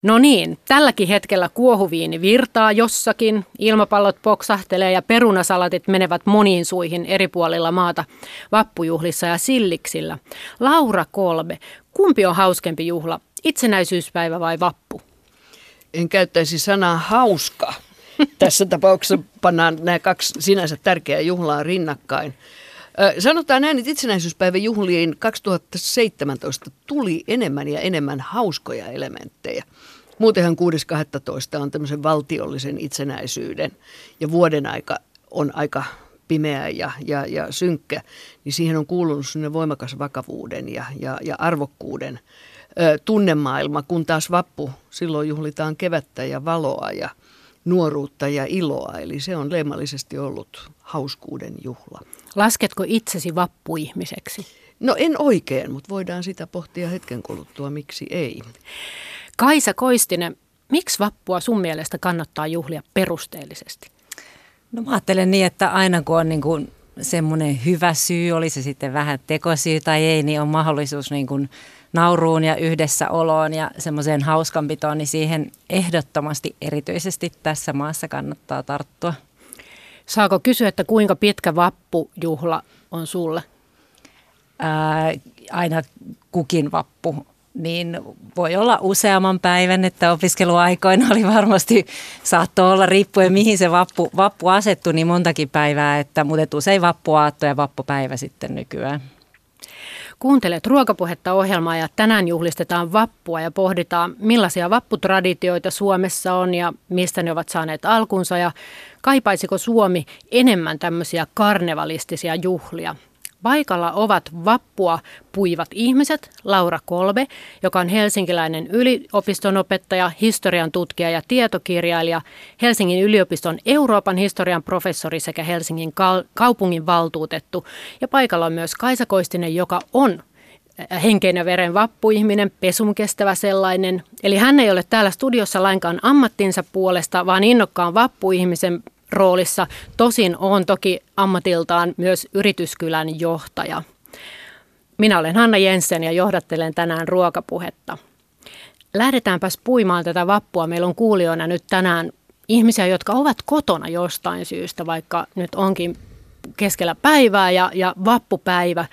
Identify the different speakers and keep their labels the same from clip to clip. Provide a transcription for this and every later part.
Speaker 1: No niin, tälläkin hetkellä kuohuviini virtaa jossakin, ilmapallot poksahtelee ja perunasalatit menevät moniin suihin eri puolilla maata vappujuhlissa ja silliksillä. Laura Kolbe, kumpi on hauskempi juhla, itsenäisyyspäivä vai vappu?
Speaker 2: En käyttäisi sanaa hauska. Tässä tapauksessa pannaan nämä kaksi sinänsä tärkeää juhlaa rinnakkain. Sanotaan näin, että itsenäisyyspäivän juhliin 2017 tuli enemmän ja enemmän hauskoja elementtejä. Muutenhan 6.12. on tämmöisen valtiollisen itsenäisyyden ja vuoden aika on aika pimeä ja synkkä, niin siihen on kuulunut sellainen voimakas vakavuuden ja arvokkuuden tunnemaailma, kun taas vappu, silloin juhlitaan kevättä ja valoa ja nuoruutta ja iloa, eli se on leimallisesti ollut hauskuuden juhla.
Speaker 1: Lasketko itsesi vappuihmiseksi?
Speaker 2: No en oikein, mutta voidaan sitä pohtia hetken kuluttua, miksi ei.
Speaker 1: Kaisa Koistinen, miksi vappua sun mielestä kannattaa juhlia perusteellisesti?
Speaker 3: No mä ajattelen niin, että aina kun on niin kuin semmoinen hyvä syy, oli se sitten vähän tekosyy tai ei, niin on mahdollisuus niin kuin nauruun ja yhdessäoloon ja semmoiseen hauskanpitoon, niin siihen ehdottomasti erityisesti tässä maassa kannattaa tarttua.
Speaker 1: Saako kysyä, että kuinka pitkä vappujuhla on sulle?
Speaker 3: Aina kukin vappu, niin voi olla useamman päivän, että opiskeluaikoina oli varmasti, saattoi olla riippuen mihin se vappu asettui, niin montakin päivää, mutta usein vappuaatto ja vappupäivä sitten nykyään.
Speaker 1: Kuuntelet Ruokapuhetta -ohjelmaa ja tänään juhlistetaan vappua ja pohditaan, millaisia vapputraditioita Suomessa on ja mistä ne ovat saaneet alkunsa ja kaipaisiko Suomi enemmän tämmöisiä karnevalistisia juhlia. Paikalla ovat vappua puivat ihmiset, Laura Kolbe, joka on helsinkiläinen yliopistonopettaja, historian tutkija ja tietokirjailija, Helsingin yliopiston Euroopan historian professori sekä Helsingin kaupungin valtuutettu. Ja paikalla on myös Kaisa Koistinen, joka on henkeen ja veren vappuihminen, pesun kestävä sellainen. Eli hän ei ole täällä studiossa lainkaan ammattinsa puolesta, vaan innokkaan vappuihmisen roolissa. Tosin on toki ammatiltaan myös yrityskylän johtaja. Minä olen Hanna Jensen ja johdattelen tänään Ruokapuhetta. Lähdetäänpäs puimaan tätä vappua. Meillä on kuulijoina nyt tänään ihmisiä, jotka ovat kotona jostain syystä, vaikka nyt onkin keskellä päivää ja vappupäivä.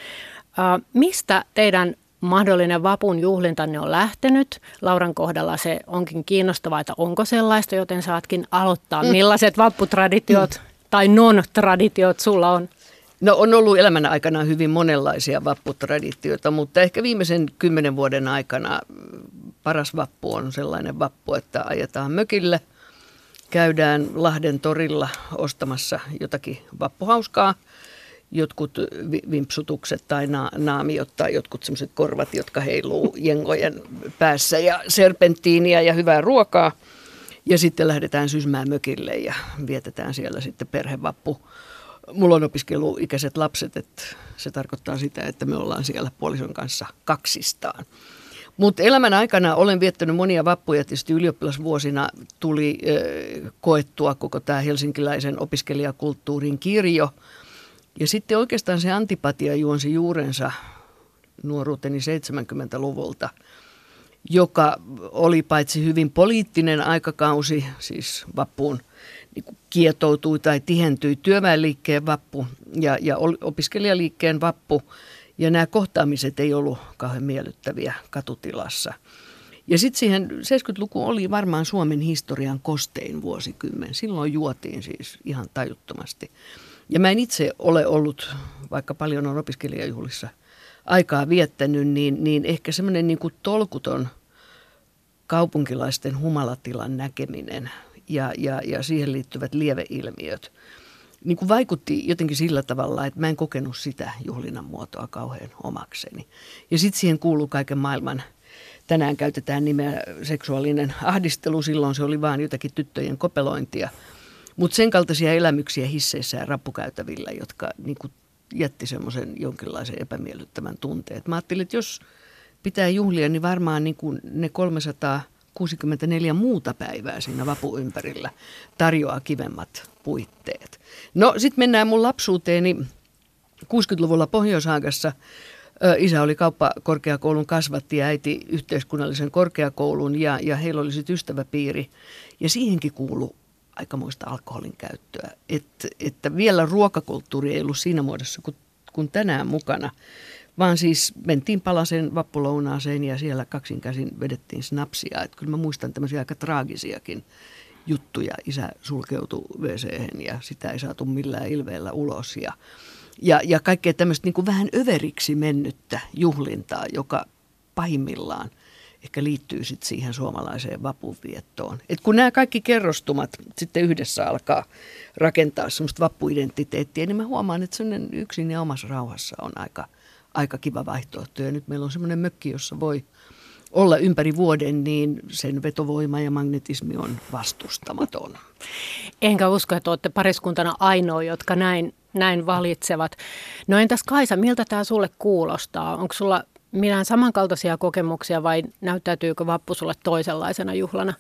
Speaker 1: Mistä teidän mahdollinen vapun juhlintanne on lähtenyt? Lauran kohdalla se onkin kiinnostavaa, että onko sellaista, joten saatkin aloittaa. Millaiset vapputraditiot tai non-traditiot sulla on?
Speaker 2: No on ollut elämän aikana hyvin monenlaisia vapputraditioita, mutta ehkä viimeisen 10 vuoden aikana paras vappu on sellainen vappu, että ajetaan mökille, käydään Lahden torilla ostamassa jotakin vappuhauskaa. Jotkut vimpsutukset tai naamiot tai jotkut sellaiset korvat, jotka heiluu jengojen päässä ja serpenttiiniä ja hyvää ruokaa. Ja sitten lähdetään sysmään mökille ja vietetään siellä sitten perhevappu. Mulla on opiskeluikäiset lapset, että se tarkoittaa sitä, että me ollaan siellä puolison kanssa kaksistaan. Mutta elämän aikana olen viettänyt monia vappuja. Tietysti ylioppilasvuosina tuli koettua koko tämä helsinkiläisen opiskelijakulttuurin kirjo. Ja sitten oikeastaan se antipatia juonsi juurensa nuoruuteni 70-luvulta, joka oli paitsi hyvin poliittinen aikakausi, siis vappuun niin kietoutui tai tihentyi työväenliikkeen vappu ja opiskelijaliikkeen vappu. Ja nämä kohtaamiset ei ollut kauhean miellyttäviä katutilassa. Ja sitten siihen 70-luku oli varmaan Suomen historian kostein vuosikymmen. Silloin juotiin siis ihan tajuttomasti. Ja mä en itse ole ollut, vaikka paljon on opiskelijajuhlissa aikaa viettänyt, niin ehkä semmoinen niin kuin tolkuton kaupunkilaisten humalatilan näkeminen ja siihen liittyvät lieveilmiöt niin kuin vaikutti jotenkin sillä tavalla, että mä en kokenut sitä juhlinnan muotoa kauhean omakseni. Ja sitten siihen kuuluu kaiken maailman, tänään käytetään nimeä seksuaalinen ahdistelu, silloin se oli vaan jotakin tyttöjen kopelointia. Mutta sen kaltaisia elämyksiä hisseissä ja rappukäytävillä, jotka niin kuin jätti semmoisen jonkinlaisen epämiellyttävän tunteen. Mä ajattelin, että jos pitää juhlia, niin varmaan niin kuin ne 364 muuta päivää siinä vapun ympärillä tarjoaa kivemmat puitteet. No sitten mennään mun lapsuuteeni 60-luvulla Pohjois-Haagassa. Isä oli kauppakorkeakoulun kasvatti ja äiti yhteiskunnallisen korkeakoulun ja heillä oli sitten ystäväpiiri. Ja siihenkin kuului aikamoista alkoholin käyttöä. Että vielä ruokakulttuuri ei ollut siinä muodossa kuin tänään mukana, vaan siis mentiin palaseen vappulounaaseen ja siellä kaksinkäsin vedettiin snapsia. Että kyllä mä muistan tämmöisiä aika traagisiakin juttuja. Isä sulkeutui WC:hen ja sitä ei saatu millään ilveellä ulos. Ja kaikkea tämmöistä niin kuin vähän överiksi mennyttä juhlintaa, joka pahimmillaan ehkä liittyy sitten siihen suomalaiseen vapunviettoon. Et kun nämä kaikki kerrostumat sitten yhdessä alkaa rakentaa semmoista vappuidentiteettiä, niin mä huomaan, että semmoinen yksin ja omassa rauhassa on aika kiva vaihtoehto. Ja nyt meillä on semmoinen mökki, jossa voi olla ympäri vuoden, niin sen vetovoima ja magnetismi on vastustamaton.
Speaker 1: Enkä usko, että olette pariskuntana ainoa, jotka näin valitsevat. No entäs Kaisa, miltä tämä sulle kuulostaa? Onko sulla mitään samankaltaisia kokemuksia vai näyttäytyykö vappu sulle toisenlaisena juhlana?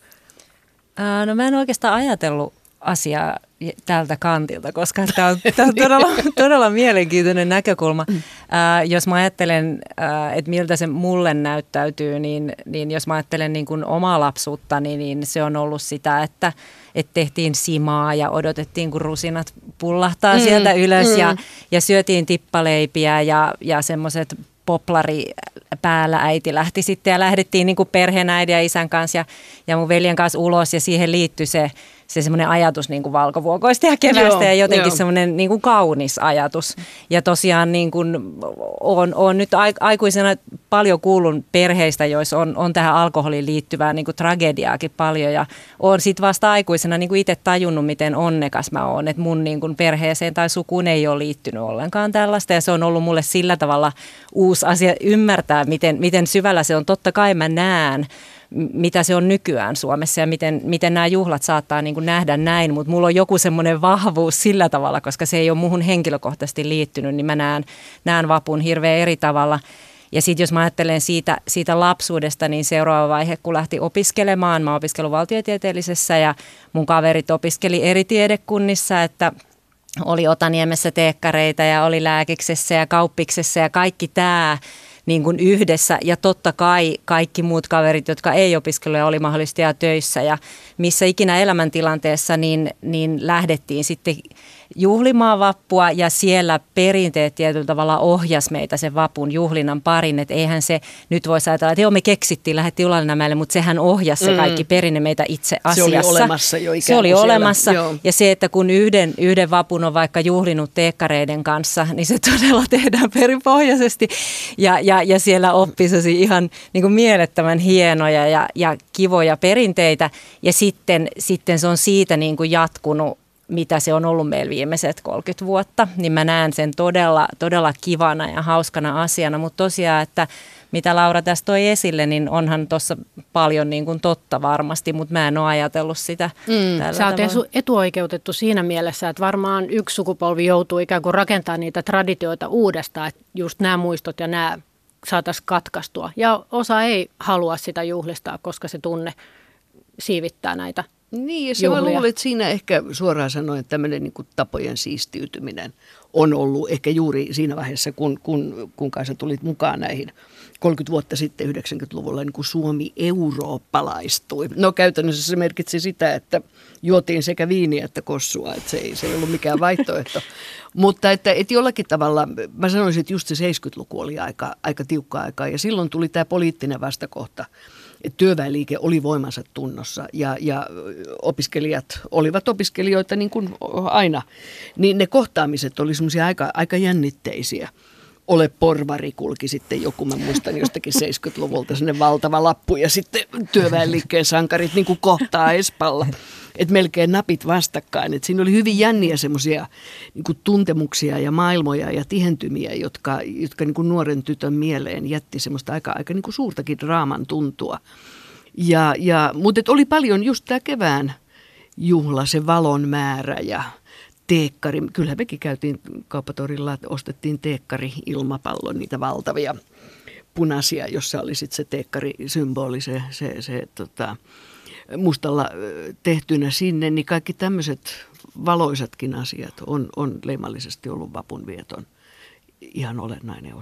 Speaker 3: No mä en oikeastaan ajatellut asiaa tältä kantilta, koska tämä on todella mielenkiintoinen näkökulma. Jos mä ajattelen, että miltä se mulle näyttäytyy, niin jos mä ajattelen niin kuin omaa lapsuuttani, niin se on ollut sitä, että tehtiin simaa ja odotettiin, kun rusinat pullahtaa sieltä ylös ja syötiin tippaleipiä ja semmoiset poplari päällä äiti lähti sitten ja lähdettiin niin kuin perheen äidin ja isän kanssa ja mun veljen kanssa ulos ja siihen liittyi se semmoinen ajatus niin kuin valkovuokoista ja keväästä ja jotenkin semmoinen niin kuin kaunis ajatus. Ja tosiaan niin kuin on nyt aikuisena paljon kuullut perheistä, joissa on tähän alkoholiin liittyvää niin kuin tragediaakin paljon ja olen sitten vasta aikuisena niin kuin itse tajunnut, miten onnekas mä oon, että mun niin kuin perheeseen tai sukuun ei ole liittynyt ollenkaan tällaista ja se on ollut mulle sillä tavalla uusi asia ymmärtää, miten syvällä se on. Totta kai mä näen, mitä se on nykyään Suomessa ja miten nämä juhlat saattaa niin kuin nähdä näin, mutta mulla on joku semmoinen vahvuus sillä tavalla, koska se ei ole muhun henkilökohtaisesti liittynyt, niin mä näen vapun hirveän eri tavalla. Ja sitten jos mä ajattelen siitä lapsuudesta, niin seuraava vaihe, kun lähti opiskelemaan, mä oon opiskellut valtiotieteellisessä ja mun kaverit opiskeli eri tiedekunnissa, että oli Otaniemessä teekkareita ja oli Lääkiksessä ja Kauppiksessa ja kaikki tämä niin kuin yhdessä ja totta kai kaikki muut kaverit, jotka ei opiskellut ja oli mahdollisesti töissä ja missä ikinä elämäntilanteessa, niin lähdettiin sitten juhlimaan vappua ja siellä perinteet tietyllä tavalla ohjas meitä sen vapun juhlinnan parin, että eihän se nyt voisi ajatella, että joo me keksittiin, lähdettiin Ulalinmäelle, mutta sehän ohjasi se kaikki perinne meitä itse asiassa.
Speaker 2: Se oli olemassa jo ikään kuin
Speaker 3: se oli olemassa
Speaker 2: joo.
Speaker 3: Ja se, että kun yhden vapun on vaikka juhlinut teekkareiden kanssa, niin se todella tehdään perinpohjaisesti ja siellä oppisi ihan niin kuin mielettömän hienoja ja kivoja perinteitä ja sitten se on siitä niin kuin jatkunut, mitä se on ollut meillä viimeiset 30 vuotta, niin mä näen sen todella kivana ja hauskana asiana, mutta tosiaan, että mitä Laura tässä toi esille, niin onhan tuossa paljon niin kuin totta varmasti, mutta mä en ole ajatellut sitä tällä
Speaker 1: Sä oot
Speaker 3: tavalla.
Speaker 1: etuoikeutettu siinä mielessä, että varmaan yksi sukupolvi joutuu ikään kuin rakentamaan niitä traditioita uudestaan, että just nämä muistot ja nämä saataisiin katkaistua. Ja osa ei halua sitä juhlistaa, koska se tunne siivittää näitä
Speaker 2: niin, ja mä luulen, että siinä ehkä suoraan sanoen tämmöinen niin kuin tapojen siistiytyminen on ollut ehkä juuri siinä vaiheessa, kun Kaisa tulit mukaan näihin 30 vuotta sitten 90-luvulla niin kuin Suomi eurooppalaistui. No käytännössä se merkitsi sitä, että juotiin sekä viiniä että kossua, että se ei ollut mikään vaihtoehto. Mutta että jollakin tavalla, mä sanoisin, että just se 70-luku oli aika tiukka aika ja silloin tuli tämä poliittinen vastakohta. Että työväenliike oli voimansa tunnossa ja opiskelijat olivat opiskelijoita niin kuin aina. Niin ne kohtaamiset oli semmoisia aika jännitteisiä. Ole porvari kulki sitten joku, mä muistan jostakin 70-luvulta sellainen valtava lappu ja sitten työväenliikkeen sankarit niin kuin kohtaa Espalla. Että melkein napit vastakkain. Et siinä oli hyvin jänniä semmoisia niin kuin tuntemuksia ja maailmoja ja tihentymiä, jotka niin kuin nuoren tytön mieleen jätti semmoista aika niin kuin suurtakin draaman tuntua. Mutta oli paljon just tämä kevään juhla, se valon määrä ja teekkari. Kyllähän mekin käytiin kauppatorilla, ostettiin teekkari-ilmapallon, niitä valtavia punaisia, jossa oli sitten se teekkari-symboli, se mustalla tehtynä sinne, niin kaikki tämmöiset valoisatkin asiat on leimallisesti ollut vapunvieton ihan olennainen osa.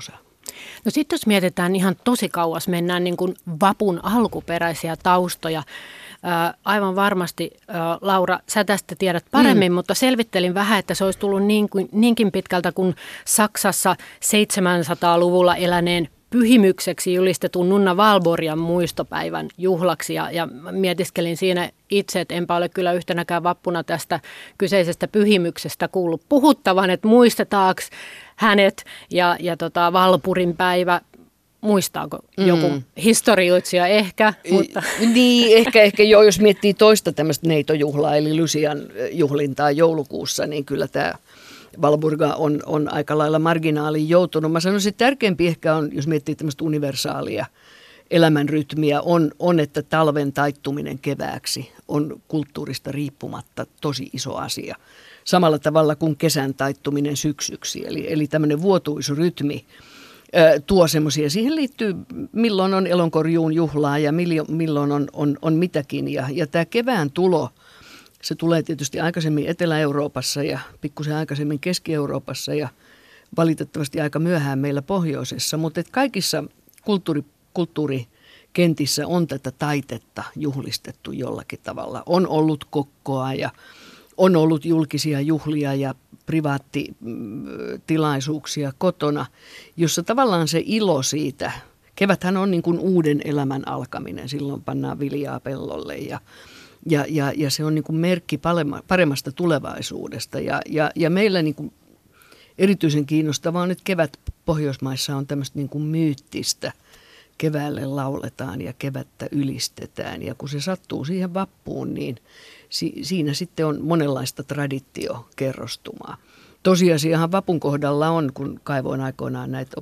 Speaker 1: No sitten jos mietitään ihan tosi kauas, mennään niin kuin vapun alkuperäisiä taustoja. Aivan varmasti, Laura, sä tästä tiedät paremmin, mutta selvittelin vähän, että se olisi tullut niinkin pitkältä kuin Saksassa 700-luvulla eläneen pyhimykseksi julistetun Nunna Valborgian muistopäivän juhlaksi ja mietiskelin siinä itse, että enpä ole kyllä yhtenäkään vappuna tästä kyseisestä pyhimyksestä kuullut puhuttavan, että muistetaanko hänet ja Valpurin päivä. Muistaako joku historioitsija ehkä? Mutta.
Speaker 2: Niin, ehkä joo, jos miettii toista tämmöistä neitojuhlaa, eli Lucian juhlintaa joulukuussa, niin kyllä tämä Valburga on aika lailla marginaaliin joutunut. Mä sanoisin, että tärkeämpi ehkä on, jos miettii tämmöistä universaalia elämänrytmiä, on, että talven taittuminen kevääksi on kulttuurista riippumatta tosi iso asia. Samalla tavalla kuin kesän taittuminen syksyksi, eli tämmöinen vuotuisrytmi tuo semmoisia. Siihen liittyy, milloin on elonkorjuun juhlaa ja milloin on mitäkin. Ja tämä kevään tulo, se tulee tietysti aikaisemmin Etelä-Euroopassa ja pikkusen aikaisemmin Keski-Euroopassa ja valitettavasti aika myöhään meillä pohjoisessa. Mutta kaikissa kulttuurikentissä on tätä taitetta juhlistettu jollakin tavalla. On ollut kokkoa ja on ollut julkisia juhlia ja privaattitilaisuuksia kotona, jossa tavallaan se ilo siitä, keväthän on niin kuin uuden elämän alkaminen, silloin pannaan viljaa pellolle ja se on niin kuin merkki paremmasta tulevaisuudesta ja meillä niin kuin erityisen kiinnostavaa on, että kevät Pohjoismaissa on tämmöistä niin kuin myyttistä, keväälle lauletaan ja kevättä ylistetään ja kun se sattuu siihen vappuun, niin siinä sitten on monenlaista traditiokerrostumaa. Tosiasiahan vapun kohdalla on, kun kaivoin aikoinaan näitä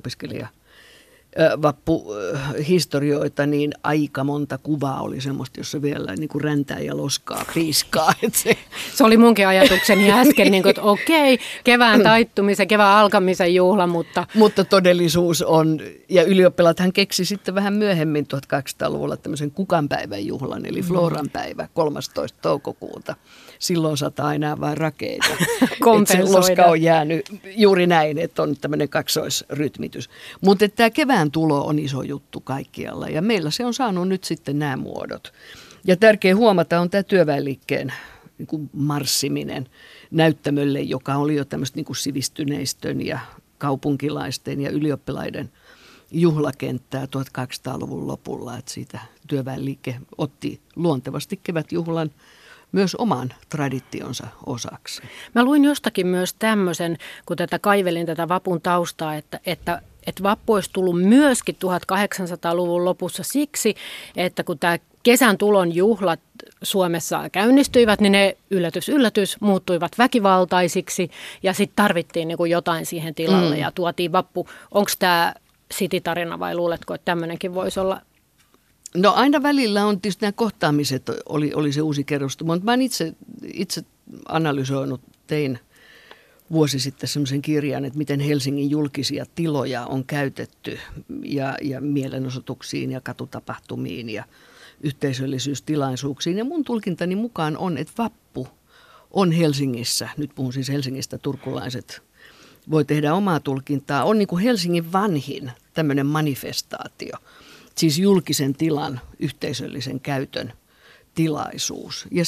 Speaker 2: vappuhistorioita, niin aika monta kuvaa oli semmoista, jossa vielä niin kuin räntää ja loskaa piiskaa.
Speaker 1: Se oli munkin ajatukseni äsken, niin kuin, että okei, kevään taittumisen, kevään alkamisen juhla, mutta.
Speaker 2: Mutta todellisuus on, ja ylioppilaathan keksi sitten vähän myöhemmin 1800-luvulla tämmöisen kukanpäivän juhlan, eli Floran päivä 13. toukokuuta. Silloin sataa enää vain rakeita. Se loska on jäänyt juuri näin, että on tämmöinen kaksoisrytmitys. Mutta tämä kevään tulo on iso juttu kaikkialla ja meillä se on saanut nyt sitten nämä muodot. Ja tärkeä huomata on tämä työväenliikkeen niin kuin marssiminen näyttämölle, joka oli jo tämmöistä niin kuin sivistyneistön ja kaupunkilaisten ja ylioppilaiden juhlakenttää 1200-luvun lopulla. Että siitä työväenliike otti luontevasti kevätjuhlan myös oman traditionsa osaksi.
Speaker 1: Mä luin jostakin myös tämmöisen, kun kaivelin tätä vapun taustaa, että vappu olisi tullut myöskin 1800-luvun lopussa siksi, että kun tämä kesän tulon juhlat Suomessa käynnistyivät, niin ne yllätys muuttuivat väkivaltaisiksi ja sitten tarvittiin niin kuin jotain siihen tilalle ja tuotiin vappu. Onko tämä City-tarina vai luuletko, että tämmöinenkin voisi olla?
Speaker 2: No aina välillä on tietysti nämä kohtaamiset, oli se uusi kerrostuma, mutta mä oon itse analysoinut, tein vuosi sitten semmoisen kirjan, että miten Helsingin julkisia tiloja on käytetty ja mielenosoituksiin ja katutapahtumiin ja yhteisöllisyystilaisuuksiin. Ja mun tulkintani mukaan on, että vappu on Helsingissä, nyt puhun siis Helsingistä, turkulaiset voi tehdä omaa tulkintaa, on niin kuin Helsingin vanhin tämmöinen manifestaatio. Siis julkisen tilan yhteisöllisen käytön tilaisuus. Ja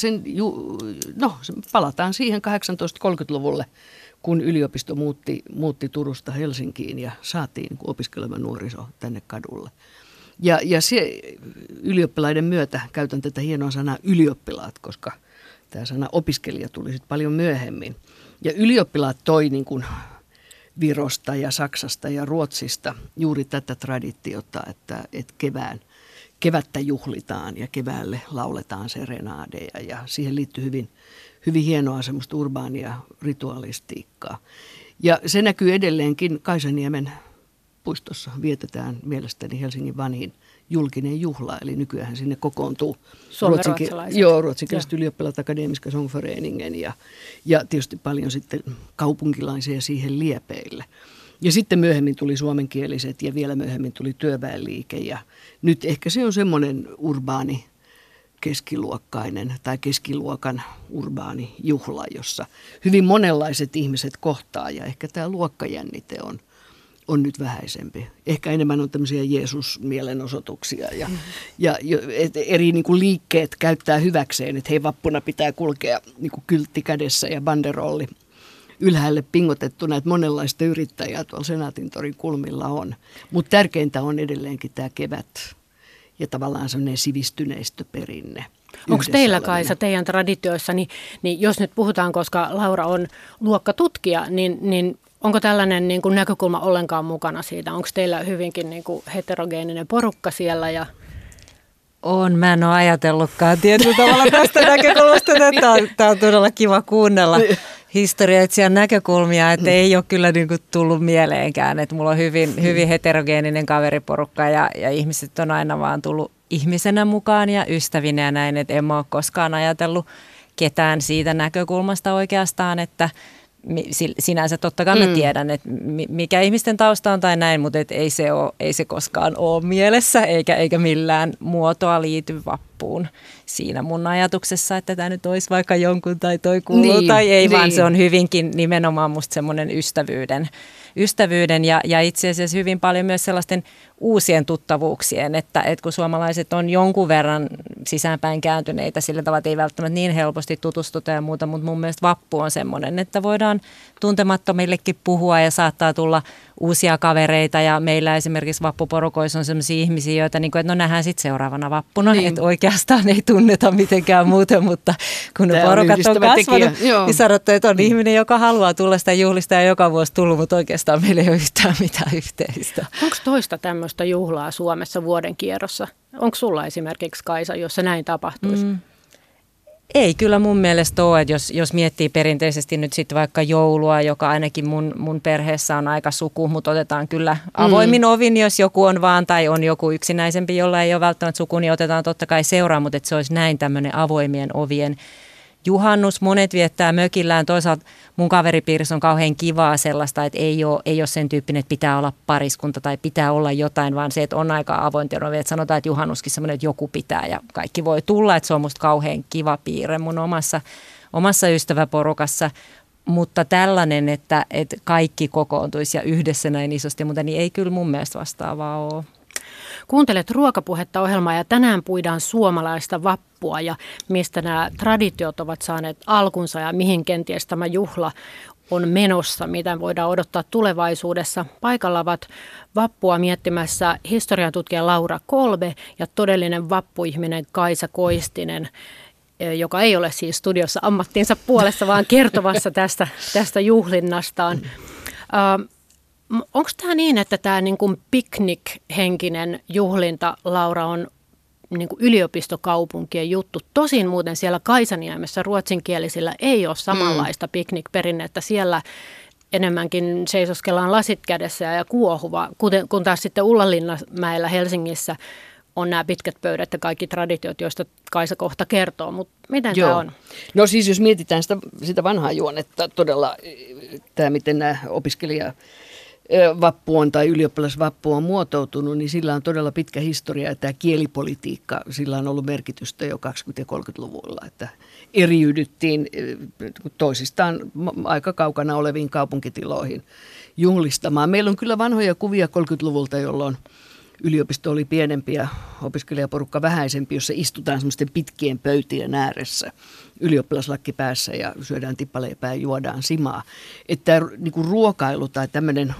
Speaker 2: palataan siihen 1830-luvulle, kun yliopisto muutti Turusta Helsinkiin ja saatiin opiskeleva nuoriso tänne kadulle. Ja se ylioppilaiden myötä, käytän tätä hienoa sanaa ylioppilaat, koska tämä sana opiskelija tuli sitten paljon myöhemmin. Ja ylioppilaat toi niin kuin Virosta ja Saksasta ja Ruotsista juuri tätä traditiota, että kevättä juhlitaan ja keväälle lauletaan serenaadeja ja siihen liittyy hyvin hienoa semmoista urbaania ritualistiikkaa. Ja se näkyy edelleenkin Kaisaniemen puistossa vietetään mielestäni Helsingin vanhin julkinen juhla, eli nykyään sinne kokoontuu ruotsinkieliset ylioppilaat Akademiska Sångföreningen ja tietysti paljon sitten kaupunkilaisia siihen liepeille. Ja sitten myöhemmin tuli suomenkieliset ja vielä myöhemmin tuli työväenliike ja nyt ehkä se on semmoinen urbaani keskiluokkainen tai keskiluokan urbaani juhla, jossa hyvin monenlaiset ihmiset kohtaa ja ehkä tämä luokkajännite on nyt vähäisempi. Ehkä enemmän on tämmöisiä Jeesus-mielenosoituksia ja eri niin kuin liikkeet käyttää hyväkseen, että hei, vappuna pitää kulkea niin kuin kyltti kädessä ja banderolli ylhäälle pingotettuna, että monenlaista yrittäjää tuolla Senaatintorin kulmilla on. Mutta tärkeintä on edelleenkin tämä kevät ja tavallaan sellainen sivistyneistöperinne.
Speaker 1: Onko teillä, Kaisa, teidän traditioissa, niin jos nyt puhutaan, koska Laura on luokkatutkija, niin onko tällainen niin kuin näkökulma ollenkaan mukana siitä? Onko teillä hyvinkin niin kuin heterogeeninen porukka siellä?
Speaker 3: Mä en ole ajatellutkaan tietyllä tavalla tästä näkökulmasta, että tämä on todella kiva kuunnella historioitsijan näkökulmia, että ei ole kyllä niin kuin tullut mieleenkään, että mulla on hyvin heterogeeninen kaveriporukka ja ihmiset on aina vaan tullut ihmisenä mukaan ja ystävinä ja näin, että en mä ole koskaan ajatellut ketään siitä näkökulmasta oikeastaan, että sinänsä totta kai mä tiedän, että mikä ihmisten tausta on tai näin, mutta ei se koskaan ole mielessä eikä millään muotoa liity vappuun siinä mun ajatuksessa, että tämä nyt olisi vaikka jonkun tai toi kuuluu tai ei, vaan se on hyvinkin nimenomaan musta semmoinen ystävyyden ja itse asiassa hyvin paljon myös sellaisten uusien tuttavuuksien, että kun suomalaiset on jonkun verran sisäänpäin kääntyneitä sillä tavalla, että ei välttämättä niin helposti tutustuta ja muuta, mutta mun mielestä vappu on semmoinen, että voidaan tuntemattomillekin puhua ja saattaa tulla uusia kavereita ja meillä esimerkiksi vappuporukoissa on sellaisia ihmisiä, joita niin kuin, että no nähdään sitten seuraavana vappuna, että oikeastaan ei tunneta mitenkään muuten, mutta kun ne porukat on kasvanut, niin sanottu, että on ihminen, joka haluaa tulla sitä juhlista ja joka vuosi tullut, mutta oikeastaan meillä ei ole yhtään mitään yhteistä.
Speaker 1: Onko toista tämmöistä juhlaa Suomessa vuoden kierrossa? Onko sulla esimerkiksi, Kaisa, jossa näin tapahtuisi?
Speaker 3: Ei kyllä mun mielestä ole, että jos miettii perinteisesti nyt sitten vaikka joulua, joka ainakin mun perheessä on aika suku, mutta otetaan kyllä avoimin ovin, jos joku on vaan tai on joku yksinäisempi, jolla ei ole välttämättä suku, niin otetaan totta kai seuraa, mutta että se olisi näin tämmöinen avoimien ovien juhannus. Monet viettää mökillään. Toisaalta mun kaveripiirissä on kauhean kivaa sellaista, että ei ole sen tyyppinen, että pitää olla pariskunta tai pitää olla jotain, vaan se, että on aika avointa. Että sanotaan, että juhannuskin semmoinen, että joku pitää ja kaikki voi tulla. Että se on musta kauhean kiva piirre mun omassa ystäväporukassa. Mutta tällainen, että kaikki kokoontuisi ja yhdessä näin isosti, mutta niin ei kyllä mun mielestä vastaavaa ole.
Speaker 1: Kuuntelet Ruokapuhetta -ohjelmaa ja tänään puidaan suomalaista vappua ja mistä nämä traditiot ovat saaneet alkunsa ja mihin kenties tämä juhla on menossa, mitä voidaan odottaa tulevaisuudessa. Paikalla ovat vappua miettimässä historiantutkija Laura Kolbe ja todellinen vappuihminen Kaisa Koistinen, joka ei ole siis studiossa ammattinsa puolessa, vaan kertovassa tästä juhlinnastaan. Onko tämä niin, että tämä niin kuin piknik-henkinen juhlinta, Laura, on niin kuin yliopistokaupunkien juttu? Tosin muuten siellä Kaisaniemessä ruotsinkielisillä ei ole samanlaista piknik-perinnettä. Siellä enemmänkin seisoskellaan lasit kädessä ja kuohuva, kun taas sitten Ullanlinnanmäellä Helsingissä on nämä pitkät pöydät ja kaikki traditiot, joista Kaisa kohta kertoo. Mutta miten tämä on?
Speaker 2: No siis jos mietitään sitä vanhaa juonetta, todella tämä miten nämä vappu on tai ylioppilasvappu on muotoutunut, niin sillä on todella pitkä historia. Ja tämä kielipolitiikka, sillä on ollut merkitystä jo 20- ja 30-luvulla, että eriydyttiin toisistaan aika kaukana oleviin kaupunkitiloihin juhlistamaan. Meillä on kyllä vanhoja kuvia 30-luvulta, jolloin yliopisto oli pienempi ja opiskelijaporukka vähäisempi, jossa istutaan semmoisten pitkien pöytien ääressä ylioppilaslakki päässä ja syödään tippaleipää ja juodaan simaa. Että niin ruokailu tai tämmöinen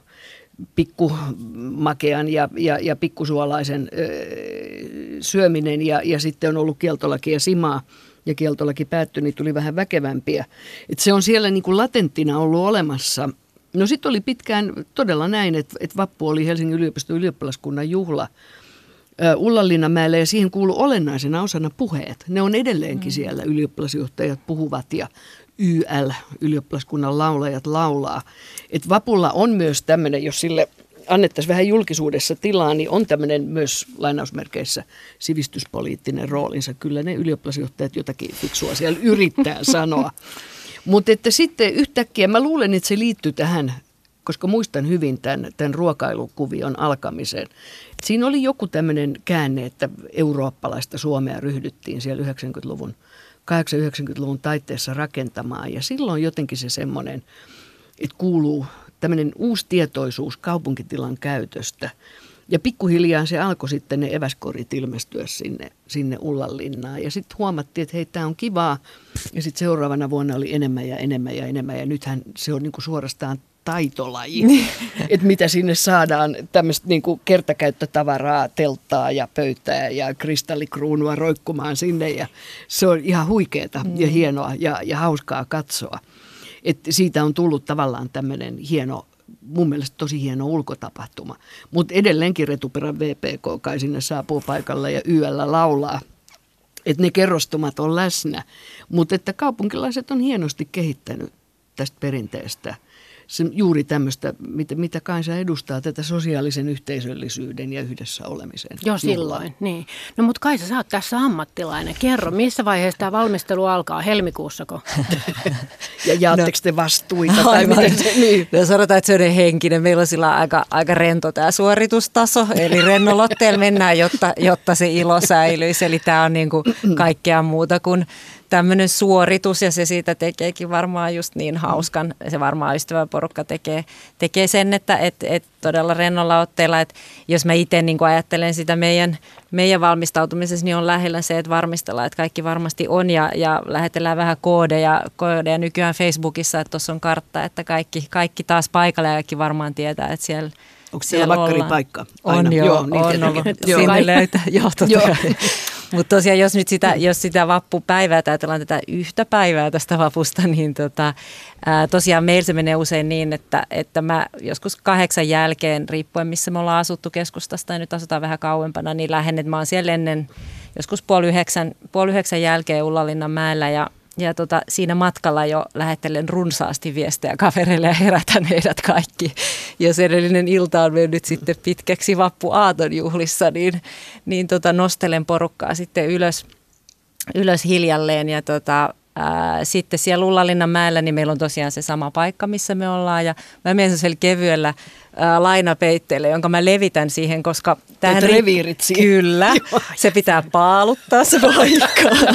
Speaker 2: pikkumakean ja pikkusuolaisen syöminen ja sitten on ollut kieltolaki ja simaa ja kieltolaki päättyi, niin tuli vähän väkevämpiä. Että se on siellä niin kuin latenttina ollut olemassa. No sitten oli pitkään todella näin, että vappu oli Helsingin yliopiston ylioppilaskunnan juhla Ullanlinnanmäellä ja siihen kuului olennaisena osana puheet. Ne on edelleenkin siellä, ylioppilasjohtajat puhuvat ja ylioppilaskunnan laulajat laulaa. Et vapulla on myös tämmöinen, jos sille annettaisiin vähän julkisuudessa tilaa, niin on tämmöinen myös lainausmerkeissä sivistyspoliittinen roolinsa. Kyllä ne ylioppilasjohtajat jotakin fiksua siellä yrittää sanoa. Mutta että sitten yhtäkkiä, mä luulen, että se liittyy tähän, koska muistan hyvin tämän ruokailukuvion alkamisen. Siinä oli joku tämmöinen käänne, että eurooppalaista Suomea ryhdyttiin siellä 80-90-luvun taitteessa rakentamaan. Ja silloin jotenkin se semmoinen, että kuuluu tämmöinen uusi tietoisuus kaupunkitilan käytöstä. Ja pikkuhiljaa se alkoi sitten ne eväskorit ilmestyä sinne Ullanlinnaan. Ja sitten huomattiin, että hei, tämä on kivaa. Ja sitten seuraavana vuonna oli enemmän ja enemmän ja enemmän. Ja nythän se on niinku suorastaan taitolaji, että mitä sinne saadaan tämmöistä niinku kertakäyttötavaraa, telttaa ja pöytää ja kristallikruunua roikkumaan sinne. Ja se on ihan huikeeta ja hienoa ja hauskaa katsoa. Että siitä on tullut tavallaan tämmöinen hieno, mun mielestä tosi hieno ulkotapahtuma. Mutta edelleenkin Retuperän VPK kai sinne saapuu paikalle ja YL laulaa. Että ne kerrostumat on läsnä. Mutta että kaupunkilaiset on hienosti kehittänyt tästä perinteestä. Se juuri tämmöistä, mitä kansa edustaa, tätä sosiaalisen yhteisöllisyyden ja yhdessä olemisen.
Speaker 1: Joo, silloin. Niin. No mutta Kaisa, sä oot tässä ammattilainen. Kerro, missä vaiheessa tämä valmistelu alkaa? Helmikuussako?
Speaker 2: Ja jaatteko te vastuita? Tai miten se, niin.
Speaker 3: No sanotaan, että se on henkinen. Meillä on sillä aika rento tämä suoritustaso. Eli rennolotteella mennään, jotta se ilo säilyisi. Eli tämä on niin kuin kaikkea muuta kuin tämmöinen suoritus, ja se siitä tekeekin varmaan just niin hauskan. Se varmaan ystäväporukka tekee sen, että todella rennolla otteella, että jos mä itse niin kuin ajattelen sitä meidän valmistautumisessa, niin on lähellä se, että varmistellaan, että kaikki varmasti on, ja lähetellään vähän koodeja nykyään Facebookissa, että tuossa on kartta, että kaikki taas paikalla, ja kaikki varmaan tietää, että siellä
Speaker 2: onko siellä vakkaripaikka?
Speaker 3: On jo, on ollut. Sinne löytää. Joo, totta kai. Mutta tosiaan, jos sitä vappupäivää, ajatellaan tätä yhtä päivää tästä vapusta, niin tosiaan meillä se menee usein niin, että mä joskus 8 jälkeen, riippuen missä me ollaan asuttu keskustasta ja nyt asutaan vähän kauempana, niin lähden, että mä oon siellä ennen joskus 8:30 jälkeen Ullanlinnan mäellä ja siinä matkalla jo lähettelen runsaasti viestejä kavereille ja herätän heidät kaikki. Jos edellinen ilta on mennyt sitten pitkäksi vappuaaton juhlissa, niin nostelen porukkaa sitten ylös hiljalleen. Ja sitten siellä Ullanlinnan mäellä niin meillä on tosiaan se sama paikka, missä me ollaan. Ja mä menen sellaisella kevyellä lainapeitteelle, jonka mä levitän siihen, koska tähän
Speaker 2: reviirit siihen.
Speaker 3: Kyllä, se pitää paaluttaa se paikka.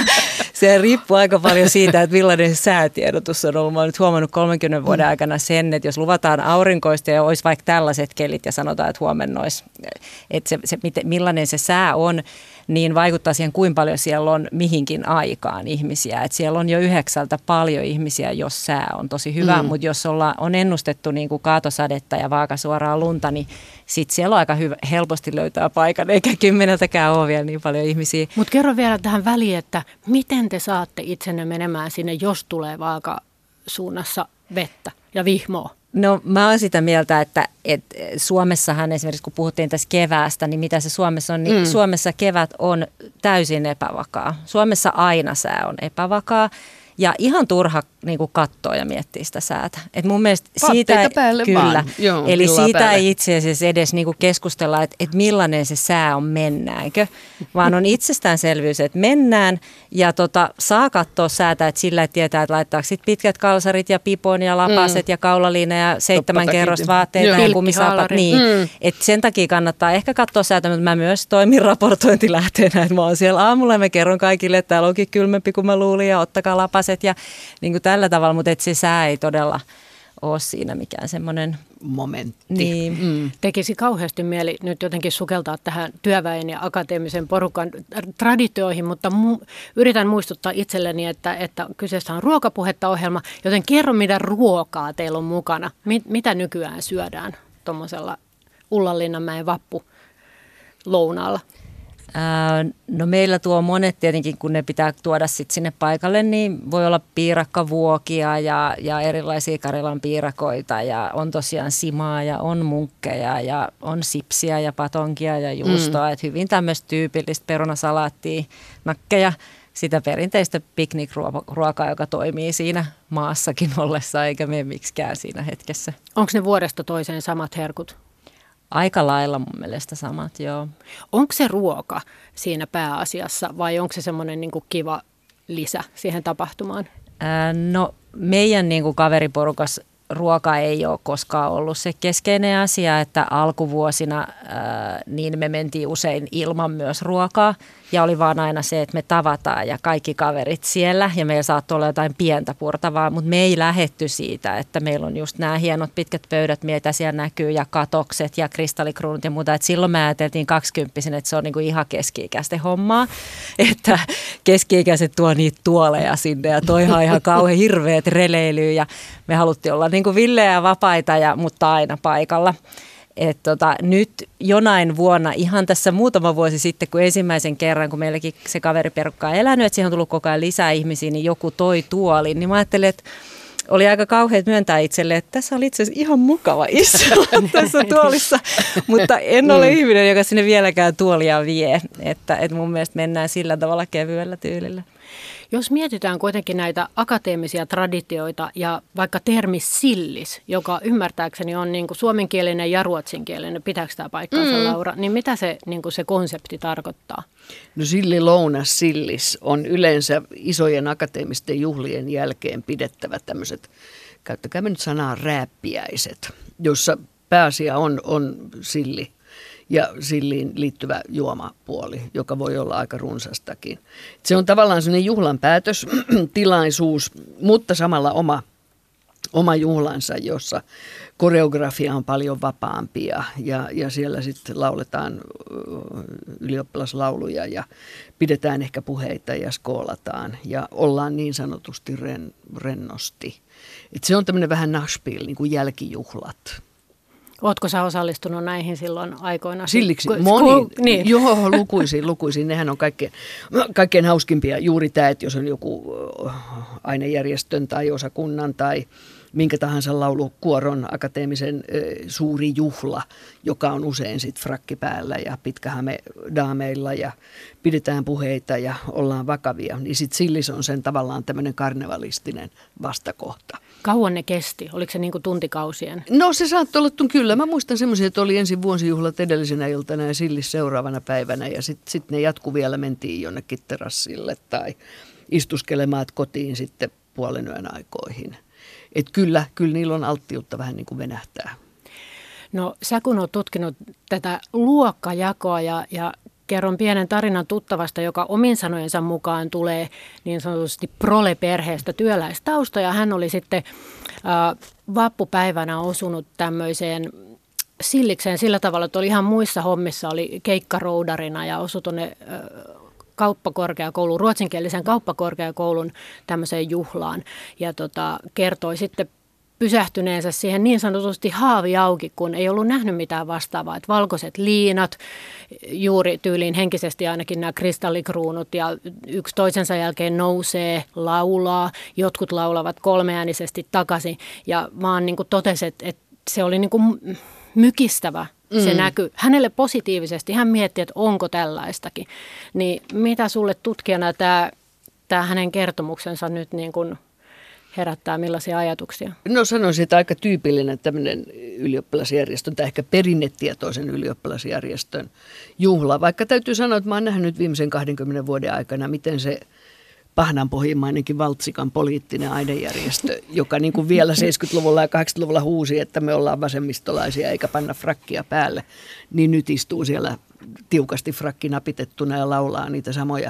Speaker 3: Se riippuu aika paljon siitä, että millainen säätiedotus on ollut. Mä oon nyt huomannut 30 vuoden aikana sen, että jos luvataan aurinkoista ja olisi vaikka tällaiset kelit ja sanotaan, että huomenna olisi, että millainen se sää on, niin vaikuttaa siihen, kuinka paljon siellä on mihinkin aikaan ihmisiä. Että siellä on jo 9 paljon ihmisiä, jos sää on tosi hyvä, mutta jos on ennustettu niin kuin kaatosadetta ja vaakasuoraa lunta, niin sitten siellä on aika helposti löytää paikan, eikä 10:kään ole vielä niin paljon ihmisiä.
Speaker 1: Mutta kerro vielä tähän väliin, että miten te saatte itsenne menemään sinne, jos tulee vaakasuunnassa vettä ja vihmoa?
Speaker 3: No mä oon sitä mieltä, että Suomessahan esimerkiksi kun puhuttiin tässä keväästä, niin mitä se Suomessa on, niin Suomessa kevät on täysin epävakaa. Suomessa aina sää on epävakaa. Ja ihan turha niin kuin katsoa ja miettiä sitä säätä. Et mun mielestä siitä, kyllä. Joo, eli siitä päälle. Ei itse asiassa edes niin kuin keskustella, että millainen se sää on, mennäänkö. Vaan on itsestäänselvyys, että mennään ja saa katsoa säätä, että sillä tietää, että laittaako sit pitkät kalsarit ja pipon ja lapaset ja kaulaliina ja 7 kerrosta vaatteita ja kumisaapat. Niin. Et sen takia kannattaa ehkä katsoa säätä, mutta mä myös toimin raportointilähteenä. Että mä oon siellä aamulla ja mä kerron kaikille, että täällä onkin kylmempi kuin mä luulin ja ottakaa lapaset ja niin kuin tällä tavalla, mutta se sää ei todella ole siinä mikään semmoinen
Speaker 2: momentti.
Speaker 1: Niin. Tekisi kauheasti mieli nyt jotenkin sukeltaa tähän työväen ja akateemisen porukan traditioihin, mutta yritän muistuttaa itselleni, että kyseessä on ruokapuhetta-ohjelma, joten kerro, mitä ruokaa teillä on mukana. Mitä nykyään syödään tuommoisella Ullanlinnanmäen vappulounaalla?
Speaker 3: No meillä tuo monet tietenkin, kun ne pitää tuoda sit sinne paikalle, niin voi olla piirakkavuokia ja erilaisia Karjalan piirakoita ja on tosiaan simaa ja on munkkeja ja on sipsiä ja patonkia ja juustoa. Et hyvin tämmöistä tyypillistä perunasalaattia, nakkeja, sitä perinteistä piknikruokaa, joka toimii siinä maassakin ollessa eikä mene miksikään siinä hetkessä.
Speaker 1: Onko ne vuodesta toiseen samat herkut?
Speaker 3: Aika lailla mun mielestä samat, joo.
Speaker 1: Onko se ruoka siinä pääasiassa vai onko se semmoinen niin kuin kiva lisä siihen tapahtumaan?
Speaker 3: No meidän niin kuin kaveriporukas ruoka ei ole koskaan ollut se keskeinen asia, että alkuvuosina niin me mentiin usein ilman myös ruokaa. Ja oli vaan aina se, että me tavataan ja kaikki kaverit siellä ja meillä saattoi olla jotain pientä purtavaa, mutta me ei lähetty siitä, että meillä on just nämä hienot pitkät pöydät, mitä siellä näkyy ja katokset ja kristallikruunut ja muuta. Et silloin me ajateltiin 20-vuotiaana, että se on niinku ihan keski-ikäisten hommaa, että keski-ikäiset tuo niitä tuoleja sinne ja toihan ihan kauhean hirveät releilyä ja me haluttiin olla niinku villejä ja vapaita, mutta aina paikalla. Nyt jonain vuonna, ihan tässä muutama vuosi sitten, kun ensimmäisen kerran, kun meilläkin se kaveriperukka on elänyt, että siihen on tullut koko ajan lisää ihmisiä, niin joku toi tuolin, niin mä ajattelin, että oli aika kauheat myöntää itselle, että tässä oli itse asiassa ihan mukava istua tässä tuolissa, mutta en ole ihminen, joka sinne vieläkään tuolia vie, että mun mielestä mennään sillä tavalla kevyellä tyylillä.
Speaker 1: Jos mietitään kuitenkin näitä akateemisia traditioita ja vaikka termi sillis, joka ymmärtääkseni on niin kuin suomenkielinen ja ruotsinkielinen, pitääkö tämä paikkaansa Laura, niin mitä se, niin kuin se konsepti tarkoittaa?
Speaker 2: No sillilounas, sillis on yleensä isojen akateemisten juhlien jälkeen pidettävä tämmöiset, käyttäkäämme nyt sanaa rääppiäiset, jossa pääasia on silli. Ja silliin liittyvä juomapuoli, joka voi olla aika runsastakin. Se on tavallaan sellainen juhlan päätös, tilaisuus, mutta samalla oma juhlansa, jossa koreografia on paljon vapaampi ja siellä sitten lauletaan ylioppilaslauluja ja pidetään ehkä puheita ja skoolataan ja ollaan niin sanotusti rennosti. Et se on tämmöinen vähän nachspiel, niin kuin jälkijuhlat.
Speaker 1: Ootko sä osallistunut näihin silloin aikoina?
Speaker 2: Silliksi moni. Niin. Joo, lukuisiin. Nehän on kaikkein hauskimpia. Juuri tämä, että jos on joku ainejärjestön tai osakunnan tai minkä tahansa laulukuoron akateemisen suuri juhla, joka on usein sitten frakki päällä ja pitkähame daameilla ja pidetään puheita ja ollaan vakavia. Niin sitten sillis on sen tavallaan tämmöinen karnevalistinen vastakohta.
Speaker 1: Kauan ne kesti? Oliko se niin kuin tuntikausien?
Speaker 2: No se saattoi olla, kyllä. Mä muistan semmoisia, että oli ensin vuosijuhlat edellisenä iltana ja sillis seuraavana päivänä ja sitten ne jatku vielä, mentiin jonnekin terassille tai istuskelemaan kotiin sitten puolen yön aikoihin. Että kyllä niillä on alttiutta vähän niin kuin venähtää.
Speaker 1: No sä kun oot tutkinut tätä luokkajakoa ja kerron pienen tarinan tuttavasta, joka omin sanojensa mukaan tulee niin sanotusti prole-perheestä työläistausta. Ja hän oli sitten vappupäivänä osunut tämmöiseen sillikseen sillä tavalla, että oli ihan muissa hommissa, oli keikkaroudarina ja osui tuonne kauppakorkeakoulun, ruotsinkielisen kauppakorkeakoulun tämmöiseen juhlaan. Ja kertoi sitten pysähtyneensä siihen niin sanotusti haavi auki, kun ei ollut nähnyt mitään vastaavaa. Että valkoiset liinat, juuri tyyliin henkisesti ainakin nämä kristallikruunut ja yksi toisensa jälkeen nousee, laulaa. Jotkut laulavat kolmeäänisesti takaisin ja vaan niin kuin totesi, että se oli niin kuin mykistävä. Se näkyy hänelle positiivisesti. Hän mietti, että onko tällaistakin. Niin mitä sulle tutkijana tämä hänen kertomuksensa nyt niin kuin herättää, millaisia ajatuksia?
Speaker 2: No sanoisin, että aika tyypillinen tämmöinen ylioppilasjärjestön tai ehkä perinnetietoisen ylioppilasjärjestön juhla. Vaikka täytyy sanoa, että mä oon nähnyt viimeisen 20 vuoden aikana, miten se pahnanpohjimmainenkin Valtsikan poliittinen ainejärjestö, joka niin kuin vielä 70-luvulla ja 80-luvulla huusi, että me ollaan vasemmistolaisia eikä panna frakkia päälle, niin nyt istuu siellä tiukasti frakki napitettuna ja laulaa niitä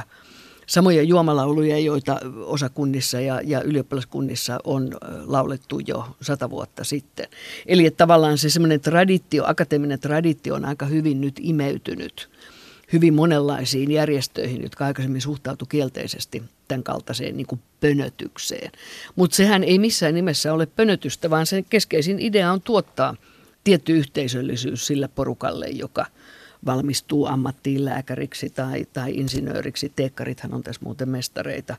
Speaker 2: samoja juomalauluja, joita osakunnissa ja ylioppilaskunnissa on laulettu jo 100 vuotta sitten. Eli että tavallaan se semmoinen traditio, akateeminen traditio on aika hyvin nyt imeytynyt hyvin monenlaisiin järjestöihin, jotka aikaisemmin suhtautuivat kielteisesti tämän kaltaiseen niin kuin pönötykseen. Mutta sehän ei missään nimessä ole pönötystä, vaan sen keskeisin idea on tuottaa tietty yhteisöllisyys sille porukalle, joka valmistuu ammattiin lääkäriksi tai insinööriksi. Teekkarithan on tässä muuten mestareita.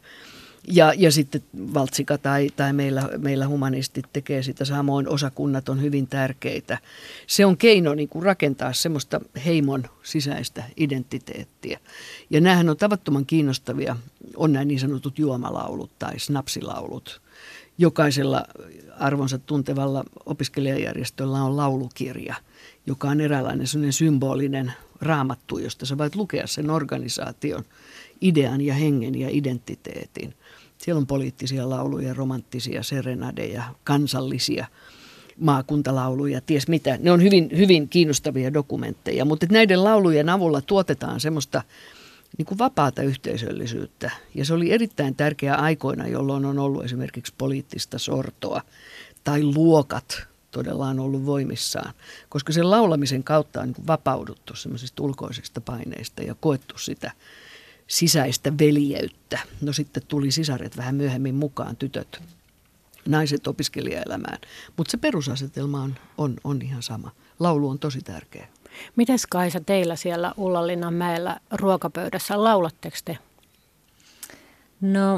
Speaker 2: Ja sitten Valtsika tai meillä humanistit tekee sitä samoin, osakunnat on hyvin tärkeitä. Se on keino niin kuin rakentaa semmoista heimon sisäistä identiteettiä. Ja näähän on tavattoman kiinnostavia, on nämä niin sanotut juomalaulut tai snapsilaulut. Jokaisella arvonsa tuntevalla opiskelijajärjestöllä on laulukirja, joka on eräänlainen sellainen symbolinen raamattu, josta sä voit lukea sen organisaation idean ja hengen ja identiteetin. Siellä on poliittisia lauluja, romanttisia serenadeja, kansallisia maakuntalauluja, ties mitä. Ne on hyvin, hyvin kiinnostavia dokumentteja, mutta näiden laulujen avulla tuotetaan semmoista niin kuin vapaata yhteisöllisyyttä. Ja se oli erittäin tärkeä aikoina, jolloin on ollut esimerkiksi poliittista sortoa tai luokat todella on ollut voimissaan. Koska sen laulamisen kautta on niin kuin vapauduttu semmoisista ulkoisista paineista ja koettu sitä sisäistä veljeyttä. No sitten tuli sisaret vähän myöhemmin mukaan, tytöt, naiset opiskelijaelämään. Mutta se perusasetelma on ihan sama. Laulu on tosi tärkeä.
Speaker 1: Mites Kaisa teillä siellä Ullanlinnanmäellä ruokapöydässä, laulatteko te?
Speaker 3: No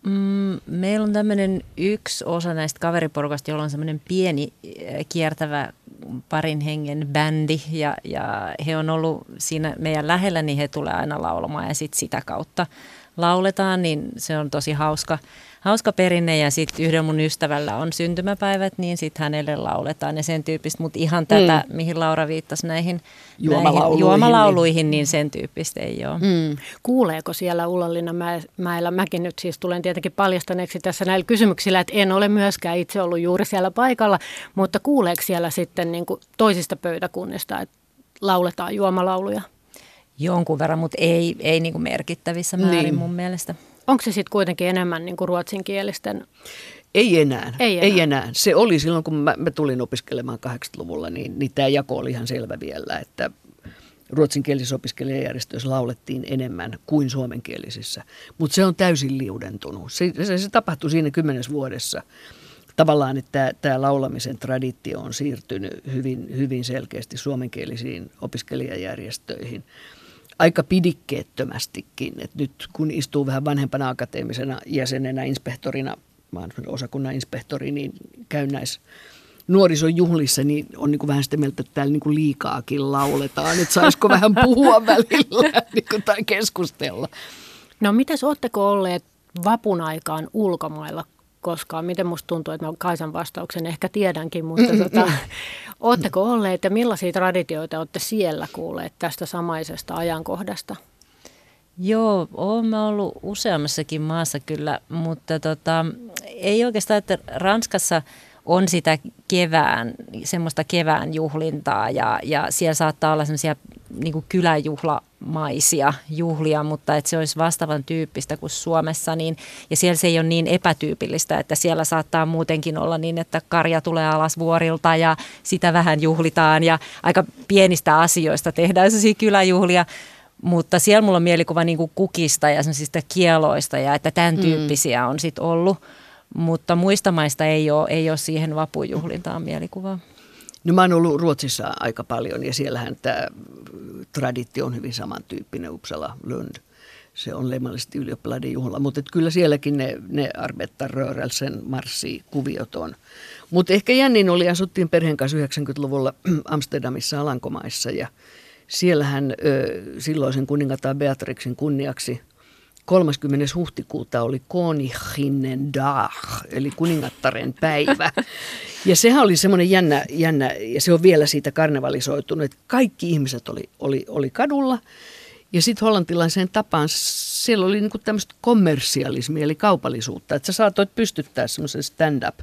Speaker 3: meillä on tämmöinen yksi osa näistä kaveriporukasta, jolla on semmoinen pieni kiertävä parin hengen bändi ja he on ollut siinä meidän lähellä, niin he tulee aina laulamaan ja sitten sitä kautta lauletaan, niin se on tosi hauska perinne ja sitten yhdellä mun ystävällä on syntymäpäivät, niin sitten hänelle lauletaan ja sen tyyppistä, mutta ihan tätä, mihin Laura viittasi näihin juomalauluihin, niin sen tyyppistä ei ole.
Speaker 1: Kuuleeko siellä Ullanlinnanmäellä, mäkin nyt siis tulen tietenkin paljastaneeksi tässä näillä kysymyksillä, että en ole myöskään itse ollut juuri siellä paikalla, mutta kuuleeko siellä sitten niin kuin toisista pöytäkunnista, että lauletaan juomalauluja? Jonkun
Speaker 3: verran, mutta ei niin kuin merkittävissä määrin mun mielestä.
Speaker 1: Onko se sitten kuitenkin enemmän niin kuin ruotsinkielisten?
Speaker 2: Ei enää. Se oli silloin, kun mä tulin opiskelemaan 80-luvulla, niin tämä jako oli ihan selvä vielä, että ruotsinkielisissä opiskelijajärjestöissä laulettiin enemmän kuin suomenkielisissä. Mutta se on täysin liudentunut. Se tapahtui siinä 10 vuodessa. Tavallaan, että tämä laulamisen traditio on siirtynyt hyvin selkeästi suomenkielisiin opiskelijajärjestöihin. Aika pidikkeettömästikin, että nyt kun istuu vähän vanhempana akateemisena jäsenenä, inspektorina, mä olen osakunnan inspektori, niin käyn näissä nuorison juhlissa, niin on niin kuin vähän sitä mieltä, että täällä niin kuin liikaakin lauletaan, että saisiko vähän puhua välillä niin kuin, tai keskustella.
Speaker 1: No mites, ootteko olleet vapun aikaan ulkomailla koskaan? Miten musta tuntuu, että mä Kaisan vastauksen ehkä tiedänkin, mutta ootteko olleet ja millaisia traditioita olette siellä kuulleet tästä samaisesta ajankohdasta?
Speaker 3: Joo, olemme ollut useammassakin maassa kyllä, mutta ei oikeastaan, että Ranskassa on sitä semmoista kevään juhlintaa ja siellä saattaa olla semmoisia niin kuin kyläjuhlamaisia juhlia, mutta että se olisi vastaavan tyyppistä kuin Suomessa, niin, ja siellä se ei ole niin epätyypillistä, että siellä saattaa muutenkin olla niin, että karja tulee alas vuorilta ja sitä vähän juhlitaan ja aika pienistä asioista tehdään sellaisia kyläjuhlia, mutta siellä mulla on mielikuva niin kuin kukista ja semmoisista kieloista ja että tämän tyyppisiä on sitten ollut. Mutta muista maista ei ole siihen vapujuhlintaan mielikuvaa.
Speaker 2: No mä oon ollut Ruotsissa aika paljon ja siellähän tämä traditio on hyvin samantyyppinen, Uppsala, Lund. Se on leimallisesti ylioppilaiden juhla, mutta kyllä sielläkin ne arbetarrörelsen marssikuviot on. Mutta ehkä jännin oli, asuttiin perheen kanssa 90-luvulla Amsterdamissa Alankomaissa ja siellähän silloisen kuningatar Beatrixin kunniaksi 30. huhtikuuta oli Koninginnedag, eli kuningattaren päivä. Ja sehän oli semmoinen jännä, ja se on vielä siitä karnevalisoitunut, että kaikki ihmiset oli kadulla. Ja sitten hollantilaiseen tapaan siellä oli niinku tämmöistä kommersialismia, eli kaupallisuutta, että sä saatoit pystyttää semmoisen stand-up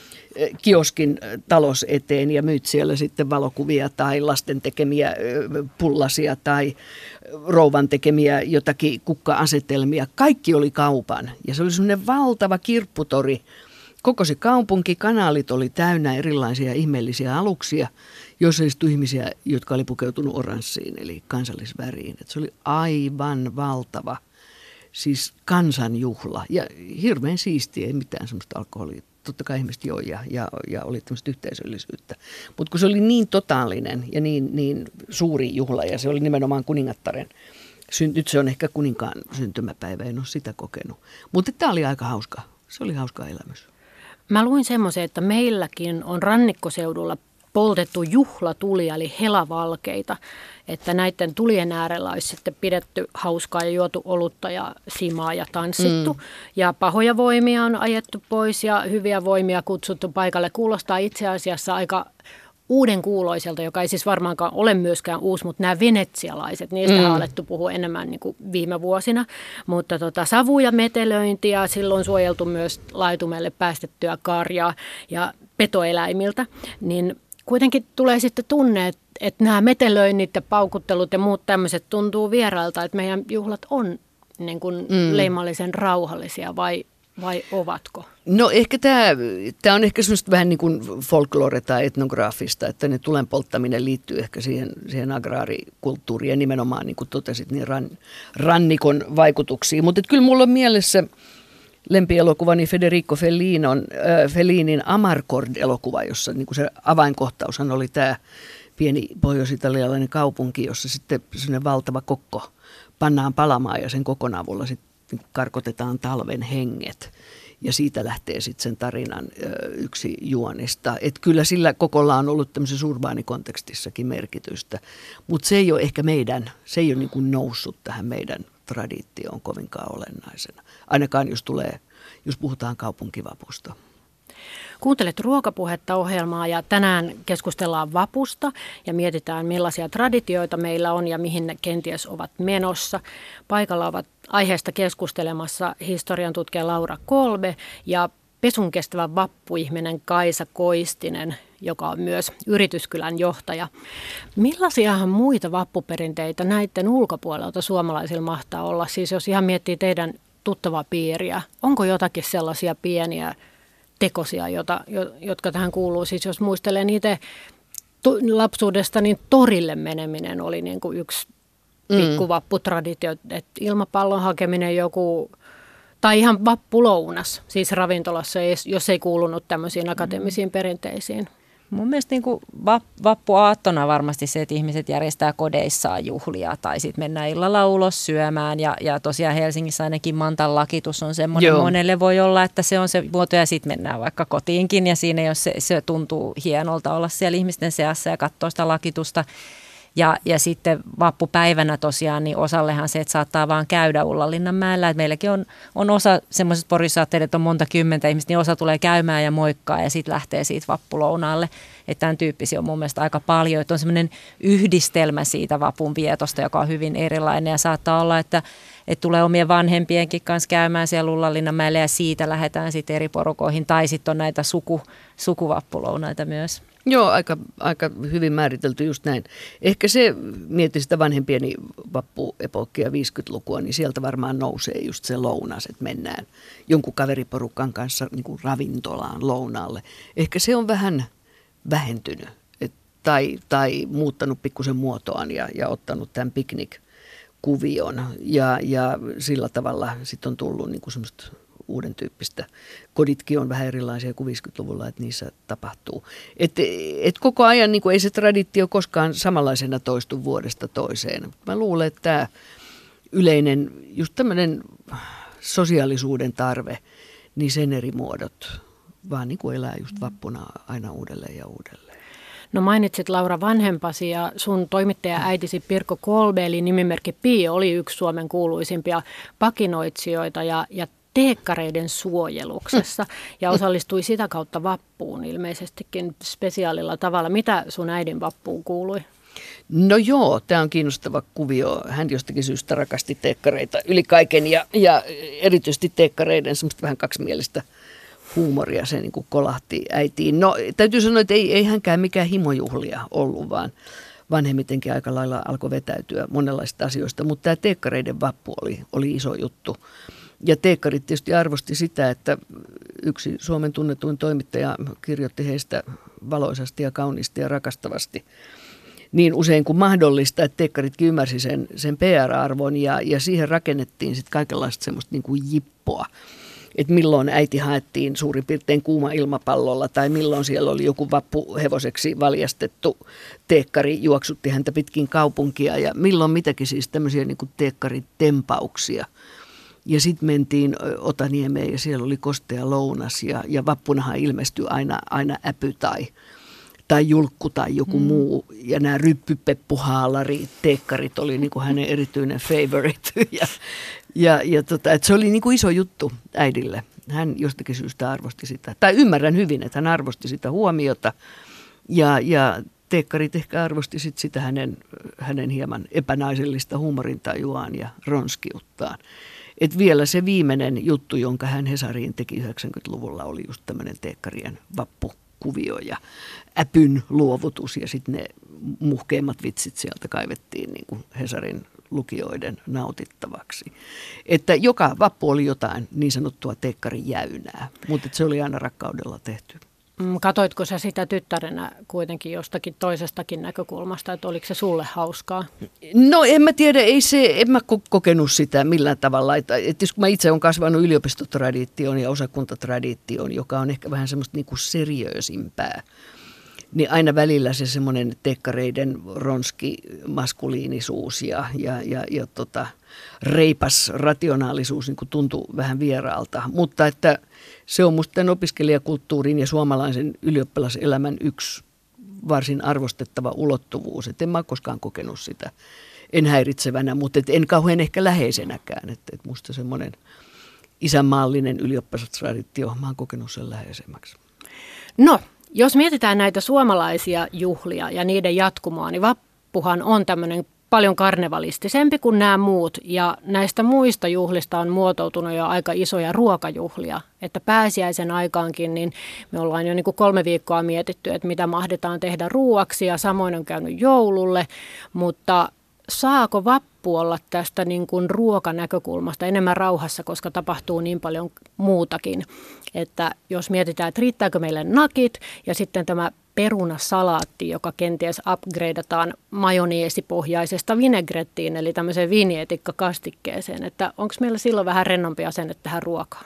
Speaker 2: kioskin talos eteen ja myyt siellä sitten valokuvia tai lasten tekemiä pullasia tai rouvan tekemiä jotakin kukka-asetelmia. Kaikki oli kaupan ja se oli semmoinen valtava kirpputori. Koko se kaupunki, kanaalit oli täynnä erilaisia ihmeellisiä aluksia, joissa istui ihmisiä, jotka oli pukeutunut oranssiin eli kansallisväriin. Et se oli aivan valtava, siis kansanjuhla ja hirveän siistiä, ei mitään semmoista alkoholia. Totta kai ihmiset joi ja oli tämmöistä yhteisöllisyyttä. Mutta kun se oli niin totaalinen ja niin suuri juhla ja se oli nimenomaan kuningattaren, nyt se on ehkä kuninkaan syntymäpäivä, en ole sitä kokenut. Mutta tämä oli aika hauska, se oli hauska elämys.
Speaker 1: Mä luin semmoisen, että meilläkin on rannikkoseudulla poltettu juhlatulia, eli helavalkeita, että näiden tulien äärellä olisi sitten pidetty hauskaa ja juotu olutta ja simaa ja tanssittu. Ja pahoja voimia on ajettu pois ja hyviä voimia kutsuttu paikalle. Kuulostaa itse asiassa aika uuden kuuloiselta, joka ei siis varmaankaan ole myöskään uusi, mutta nämä venetsialaiset, niistä on alettu puhua enemmän niin kuin viime vuosina. Mutta savu- ja metelöintiä, silloin suojeltu myös laitumelle päästettyä karjaa ja petoeläimiltä, niin kuitenkin tulee sitten tunne, että nämä metelöinnit ja paukuttelut ja muut tämmöiset tuntuu vierailta, että meidän juhlat on niin kuin leimallisen rauhallisia vai ovatko?
Speaker 2: No ehkä tämä on ehkä semmoista vähän niin kuin folklore tai etnograafista, että ne tulen polttaminen liittyy ehkä siihen agraarikulttuuriin ja nimenomaan niin kuin totesit, niin rannikon vaikutuksiin. Mutta kyllä mulla on mielessä lempielokuvani Federico Fellinin Amarcord-elokuva, jossa niin kuin se avainkohtaushan oli tämä pieni pohjois-italialainen kaupunki, jossa sitten sellainen valtava kokko pannaan palamaan ja sen kokon avulla sitten karkotetaan talven henget. Ja siitä lähtee sitten sen tarinan yksi juonista. Että kyllä sillä kokolla on ollut tämmöisessä urbaanikontekstissakin merkitystä. Mutta se ei ole ehkä se ei ole niin kuin noussut tähän meidän traditioon kovinkaan olennaisena. Ainakaan jos puhutaan kaupunkivapusta.
Speaker 1: Kuuntelet Ruokapuhetta-ohjelmaa ja tänään keskustellaan vapusta ja mietitään millaisia traditioita meillä on ja mihin ne kenties ovat menossa. Paikalla ovat aiheesta keskustelemassa historian tutkija Laura Kolbe ja pesun kestävä vappuihminen Kaisa Koistinen, joka on myös Yrityskylän johtaja. Millaisiahan muita vappuperinteitä näiden ulkopuolelta suomalaisilla mahtaa olla? Siis jos ihan miettii teidän tuttavaa piiriä, onko jotakin sellaisia pieniä tekosia, jotka tähän kuuluu? Siis jos muistelen itse lapsuudesta, niin torille meneminen oli niin kuin yksi pikkuvapputraditio, että ilmapallon hakeminen joku, tai ihan vappulounas, siis ravintolassa, jos ei kuulunut tämmöisiin akateemisiin perinteisiin.
Speaker 3: Mun mielestä niin kuin vappuaattona varmasti se, että ihmiset järjestää kodeissaan juhlia tai sitten mennään illalla ulos syömään ja tosiaan Helsingissä ainakin mantan lakitus on semmoinen, monelle voi olla, että se on se muoto ja sitten mennään vaikka kotiinkin ja siinä jos se tuntuu hienolta olla siellä ihmisten seassa ja katsoa sitä lakitusta. Ja sitten vappupäivänä tosiaan, niin osallehan se, että saattaa vaan käydä Ullanlinnanmäellä. Että meilläkin on osa semmoisesta Porissa-aatteet, että on monta kymmentä ihmistä, niin osa tulee käymään ja moikkaa ja sitten lähtee siitä vappulounaalle. Että tämän tyyppisiä on mun mielestä aika paljon. Että on semmoinen yhdistelmä siitä vapun vietosta, joka on hyvin erilainen ja saattaa olla, että tulee omien vanhempienkin kanssa käymään siellä Ullanlinnanmäellä ja siitä lähdetään sitten eri porukoihin. Tai sitten on näitä sukuvappulounaita myös.
Speaker 2: Joo, aika hyvin määritelty just näin. Ehkä se, mietin sitä vanhempieni vappuepokkia 50-lukua, niin sieltä varmaan nousee just se lounas, että mennään jonkun kaveriporukan kanssa niin kuin ravintolaan lounaalle. Ehkä se on vähän vähentynyt tai muuttanut pikkusen muotoaan ja ottanut tämän piknik-kuvion ja sillä tavalla sitten on tullut niin kuin semmoista uuden tyyppistä. Koditkin on vähän erilaisia kuin 50-luvulla, että niissä tapahtuu. Et koko ajan niin kuin ei se traditio koskaan samanlaisena toistu vuodesta toiseen. Mä luulen, että tämä yleinen just tämmöinen sosiaalisuuden tarve, niin sen eri muodot vaan niin kuin elää just vappuna aina uudelleen ja uudelleen.
Speaker 1: No mainitsit Laura vanhempasi ja sun toimittaja-äitisi Pirkko Kolbe, eli nimimerkki Pii, oli yksi Suomen kuuluisimpia pakinoitsijoita ja teekkareiden suojeluksessa ja osallistui sitä kautta vappuun ilmeisestikin spesiaalilla tavalla. Mitä sun äidin vappuun kuului?
Speaker 2: No joo, tämä on kiinnostava kuvio. Hän jostakin syystä rakasti teekkareita yli kaiken ja erityisesti teekkareiden semmoista vähän kaksimielistä huumoria se niin kuin kolahti äitiin. No täytyy sanoa, että ei hänkään mikään himojuhlia ollut, vaan vanhemmitenkin aika lailla alkoi vetäytyä monenlaisista asioista, mutta tämä teekkareiden vappu oli iso juttu. Ja teekkarit tietysti arvosti sitä, että yksi Suomen tunnetuin toimittaja kirjoitti heistä valoisasti ja kauniisti ja rakastavasti niin usein kuin mahdollista, että teekkaritkin ymmärsi sen PR-arvon ja siihen rakennettiin sitten kaikenlaista semmoista niin kuin jippoa. Että milloin äiti haettiin suurin piirtein kuuma ilmapallolla tai milloin siellä oli joku vappuhevoseksi valjastettu teekkari, juoksutti häntä pitkin kaupunkia ja milloin mitäkin siis tämmöisiä niin kuin teekkaritempauksia. Ja sitten mentiin Otaniemeen ja siellä oli kostea lounas ja vappunahan ilmestyi aina äpy tai julkku tai joku muu. Ja nämä ryppypeppuhaalari teekkarit oli niin kuin hänen erityinen favorite. Et se oli niin kuin iso juttu äidille. Hän jostakin syystä arvosti sitä. Tai ymmärrän hyvin, että hän arvosti sitä huomiota. Ja teekkarit ehkä arvosti sitä hänen hieman epänaisellista huumorintajuaan ja ronskiuttaan. Et vielä se viimeinen juttu, jonka hän Hesariin teki 90-luvulla, oli just tämmöinen teekkarien vappukuvio ja äpyn luovutus. Ja sitten ne muhkeimmat vitsit sieltä kaivettiin niin kuin Hesarin lukijoiden nautittavaksi. Että joka vappu oli jotain niin sanottua teekkarin jäynää, mutta se oli aina rakkaudella tehty.
Speaker 1: Katoitko sä sitä tyttärenä kuitenkin jostakin toisestakin näkökulmasta, että oliko se sulle hauskaa?
Speaker 2: No en mä tiedä, en mä kokenut sitä millään tavalla. Että jos mä itse olen kasvanut yliopistotraditioon ja osakuntatraditioon, joka on ehkä vähän semmoista niin kuin seriöösimpää, niin aina välillä se semmoinen teekkareiden ronski maskuliinisuus ja reipas rationaalisuus niin kuin tuntui vähän vieraalta. Mutta että se on musta tämän opiskelijakulttuurin ja suomalaisen ylioppilaselämän yksi varsin arvostettava ulottuvuus. Et en mä ole koskaan kokenut sitä en häiritsevänä, mutta en kauhean ehkä läheisenäkään. Et musta semmoinen isänmaallinen ylioppilastraditio, mä oon kokenut sen läheisemmäksi.
Speaker 1: No, jos mietitään näitä suomalaisia juhlia ja niiden jatkumoa, niin vappuhan on tämmöinen paljon karnevalistisempi kuin nämä muut. Ja näistä muista juhlista on muotoutunut jo aika isoja ruokajuhlia. Että pääsiäisen aikaankin niin me ollaan jo niin kuin 3 viikkoa mietitty, että mitä mahdetaan tehdä ruuaksi ja samoin on käynyt joululle. Mutta saako vappu olla tästä niin kuin ruokanäkökulmasta enemmän rauhassa, koska tapahtuu niin paljon muutakin. Että jos mietitään, että riittääkö meille nakit ja sitten tämä perunasalaatti, joka kenties upgradeataan majoneesipohjaisesta vinegrettiin, eli tämmöiseen vinjeetikkakastikkeeseen. Että onko meillä silloin vähän rennompi asenne tähän ruokaan?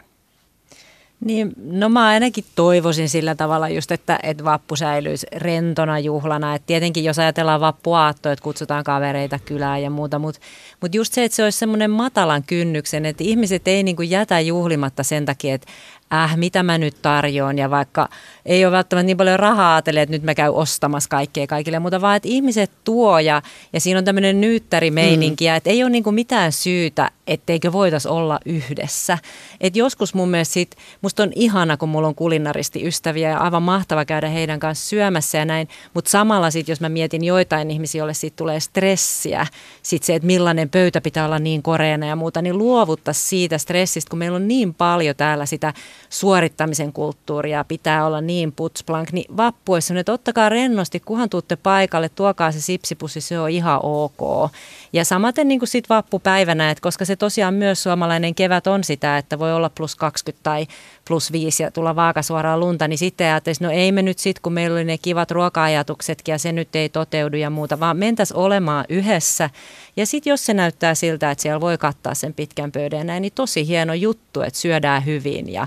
Speaker 3: Niin, no mä ainakin toivoisin sillä tavalla just, että vappu säilyisi rentona juhlana. Et tietenkin jos ajatellaan vappuaattoa, että kutsutaan kavereita kylään ja muuta, mutta just se, että se olisi semmoinen matalan kynnyksen, että ihmiset ei niin kuin jätä juhlimatta sen takia, että mitä mä nyt tarjoan ja vaikka ei ole välttämättä niin paljon rahaa ajatella, että nyt mä käyn ostamassa kaikkea kaikille, mutta vaan, että ihmiset tuo ja siinä on tämmöinen nyyttärimeininki ja että ei ole niin kuin mitään syytä, etteikö voitaisi olla yhdessä. Et joskus mun mielestä musta on ihana, kun mulla on kulinaristiystäviä ja aivan mahtava käydä heidän kanssa syömässä ja näin, mutta samalla jos mä mietin joitain ihmisiä, joille siitä tulee stressiä, se, että millainen pöytä pitää olla niin koreana ja muuta, niin luovuttaisiin siitä stressistä, kun meillä on niin paljon täällä sitä suorittamisen kulttuuria, pitää olla niin putsplank, niin vappu olisi sellainen, että ottakaa rennosti, kunhan tuutte paikalle, tuokaa se sipsipussi, se on ihan ok. Ja samaten niin kuin sit vappupäivänä, että koska se tosiaan myös suomalainen kevät on sitä, että voi olla +20 tai +5 ja tulla vaakasuoraan lunta, niin sitten ajattelisi, no ei me nyt sitten, kun meillä oli ne kivat ruoka-ajatuksetkin ja se nyt ei toteudu ja muuta, vaan mentäisiin olemaan yhdessä. Ja sitten jos se näyttää siltä, että siellä voi kattaa sen pitkän pöydän ja näin, niin tosi hieno juttu, että syödään hyvin ja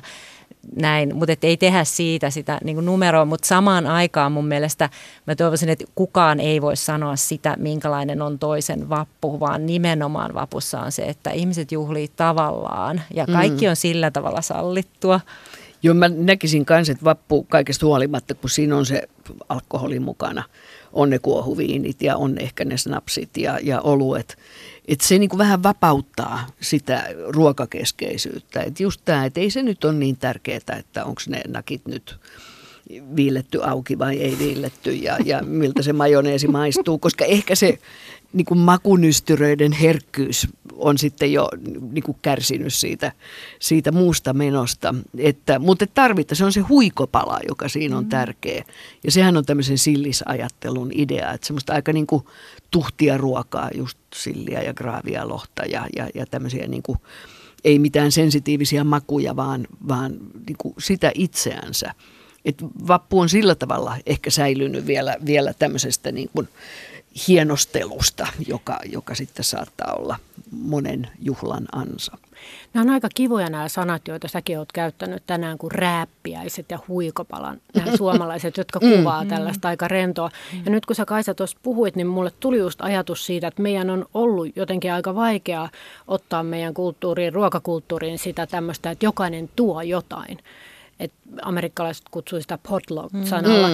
Speaker 3: näin, mutta ei tehdä siitä sitä niin kuin numeroa, mutta samaan aikaan mun mielestä mä toivoisin, että kukaan ei voi sanoa sitä, minkälainen on toisen vappu, vaan nimenomaan vapussa on se, että ihmiset juhlii tavallaan ja kaikki on sillä tavalla sallittua.
Speaker 2: Joo, mä näkisin kanssa, että vappu kaikesta huolimatta, kun siinä on se alkoholi mukana, on ne kuohuviinit ja on ehkä ne snapsit ja oluet. Että se niin kuin vähän vapauttaa sitä ruokakeskeisyyttä. Että just tämä, että ei se nyt ole niin tärkeää, että onko ne nakit nyt viilletty auki vai ei viilletty ja miltä se majoneesi maistuu. Koska ehkä se niin kuin makunystyröiden herkkyys on sitten jo niin kuin kärsinyt siitä muusta menosta. Mutta tarvitaan, se on se huikopala, joka siinä on tärkeä. Ja sehän on tämmöisen sillisajattelun idea, että semmoista aika niin kuin tuhtia ruokaa, just silliä ja graavia, lohta ja tämmöisiä niin kuin, ei mitään sensitiivisiä makuja, vaan niin kuin sitä itseänsä. Et vappu on sillä tavalla ehkä säilynyt vielä tämmöisestä niin kuin hienostelusta, joka sitten saattaa olla monen juhlan ansa.
Speaker 1: Nämä on aika kivoja nämä sanat, joita säkin olet käyttänyt tänään, kuin rääppiäiset ja huikopalan, nämä suomalaiset, jotka kuvaa tällaista aika rentoa. Ja nyt kun sä Kaisa tuossa puhuit, niin mulle tuli just ajatus siitä, että meidän on ollut jotenkin aika vaikeaa ottaa meidän kulttuuriin, ruokakulttuuriin sitä tämmöistä, että jokainen tuo jotain. Et amerikkalaiset kutsuu sitä potluck-sanalla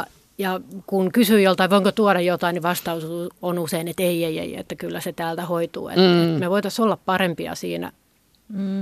Speaker 1: ja kun kysyy joltain, voinko tuoda jotain, niin vastaus on usein, että ei, että kyllä se täältä hoituu. Et me voitaisiin olla parempia siinä.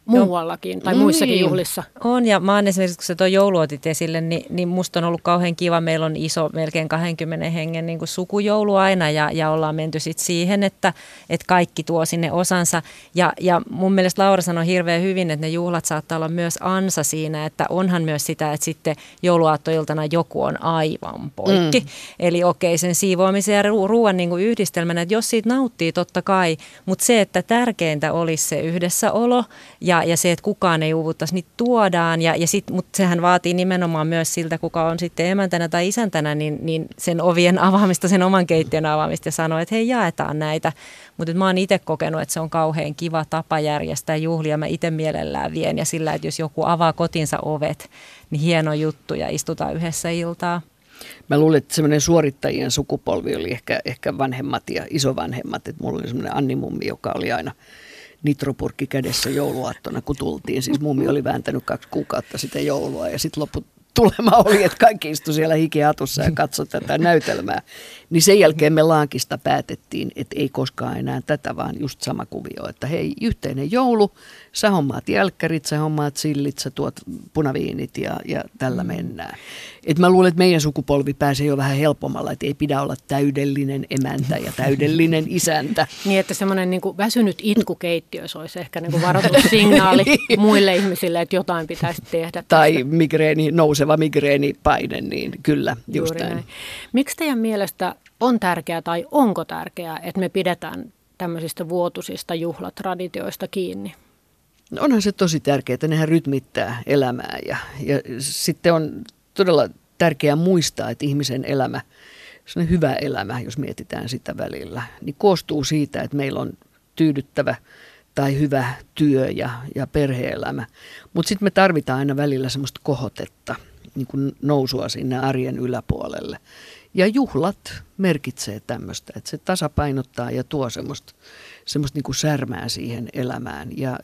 Speaker 1: muuallakin tai muissakin juhlissa.
Speaker 3: On, ja mä oon esimerkiksi, kun sä tuon jouluotit esille, niin musta on ollut kauhean kiva. Meillä on iso, melkein 20 hengen niin kuin sukujoulu aina, ja ollaan menty sitten siihen, että kaikki tuo sinne osansa. Ja mun mielestä Laura sanoi hirveän hyvin, että ne juhlat saattaa olla myös ansa siinä, että onhan myös sitä, että sitten jouluaattoiltana joku on aivan poikki. Eli okei, sen siivoamisen ja ruoan niin kuin yhdistelmänä, että jos siitä nauttii totta kai, mutta se, että tärkeintä olisi se yhdessäolo ja se, että kukaan ei uuvuttaisi, niin tuodaan. Mutta sehän vaatii nimenomaan myös siltä, kuka on sitten emäntänä tai isäntänä, niin sen ovien avaamista, sen oman keittiön avaamista ja sanoa, että hei, jaetaan näitä. Mutta mä oon itse kokenut, että se on kauhean kiva tapa järjestää juhlia. Mä itse mielellään vien ja sillä, että jos joku avaa kotinsa ovet, niin hieno juttu ja istutaan yhdessä iltaa.
Speaker 2: Mä luulen, että semmoinen suorittajien sukupolvi oli ehkä vanhemmat ja isovanhemmat. Että mulla oli semmoinen Anni mummi, joka oli aina nitropurkki kädessä jouluaattona, kun tultiin. Siis mummi oli vääntänyt 2 kuukautta sitä joulua ja sitten lopputulema oli, että kaikki istui siellä hikihatussa ja katsoi tätä näytelmää. Niin sen jälkeen me Laakista päätettiin, että ei koskaan enää tätä, vaan just sama kuvio, että hei, yhteinen joulu, sä hommaat jälkkärit, sä hommaat sillit, sä tuot punaviinit ja tällä mennään. Et mä luulen, että meidän sukupolvi pääsee jo vähän helpommalla, että ei pidä olla täydellinen emäntä ja täydellinen isäntä.
Speaker 1: Niin, että semmoinen niin kuin väsynyt itku keittiössä olisi ehkä niin kuin varoitussignaali muille ihmisille, että jotain pitäisi tehdä.
Speaker 2: Tai nouseva migreenipaine, niin kyllä, just näin.
Speaker 1: Miksi teidän mielestä on tärkeää tai onko tärkeää, että me pidetään tämmöisistä vuotuisista juhlatraditioista kiinni?
Speaker 2: No onhan se tosi tärkeää, että nehän rytmittää elämää ja sitten on todella tärkeää muistaa, että ihmisen elämä, sellainen hyvä elämä, jos mietitään sitä välillä, niin koostuu siitä, että meillä on tyydyttävä tai hyvä työ ja perhe-elämä. Mutta sitten me tarvitaan aina välillä semmoista kohotetta, niin kuin nousua sinne arjen yläpuolelle. Ja juhlat merkitsee tämmöistä, että se tasapainottaa ja tuo semmoista niin kuin särmää siihen elämään. Ja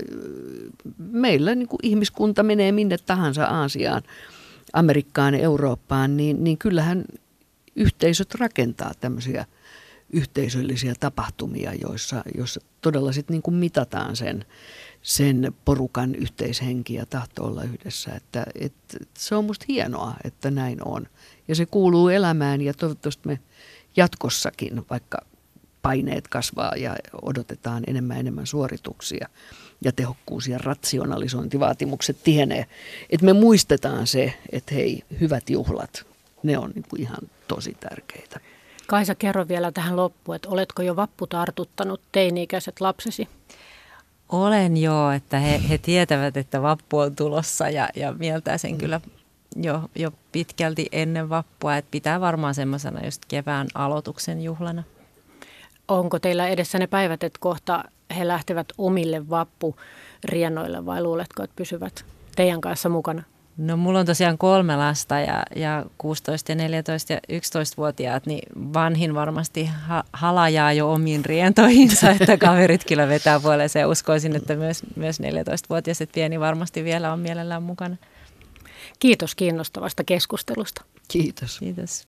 Speaker 2: meillä niin kuin ihmiskunta menee minne tahansa Aasiaan, Amerikkaan, Eurooppaan, niin kyllähän yhteisöt rakentaa tämmöisiä yhteisöllisiä tapahtumia, joissa todella sitten niin kuin mitataan sen porukan yhteishenki ja tahto olla yhdessä. Että se on musta hienoa, että näin on. Ja se kuuluu elämään ja toivottavasti me jatkossakin, vaikka paineet kasvaa ja odotetaan enemmän suorituksia ja tehokkuus- ja rationalisointivaatimukset tihenee, että me muistetaan se, että hei, hyvät juhlat, ne on niin kuin ihan tosi tärkeitä.
Speaker 1: Kaisa, kerro vielä tähän loppuun, että oletko jo vapputartuttanut teini-ikäiset lapsesi?
Speaker 3: Olen jo, että he tietävät, että vappu on tulossa ja mieltää sen kyllä jo pitkälti ennen vappua, että pitää varmaan semmoisena just kevään aloituksen juhlana.
Speaker 1: Onko teillä edessä ne päivät, että kohta he lähtevät omille vappuriennoille vai luuletko, että pysyvät teidän kanssa mukana?
Speaker 3: No mulla on tosiaan 3 lasta ja 16 ja 14 ja 11-vuotiaat, niin vanhin varmasti halajaa jo omiin rientoihinsa, että kaverit kyllä vetää puoleensa ja uskoisin, että myös 14-vuotias, että pieni varmasti vielä on mielellään mukana.
Speaker 1: Kiitos kiinnostavasta keskustelusta.
Speaker 2: Kiitos.
Speaker 3: Kiitos.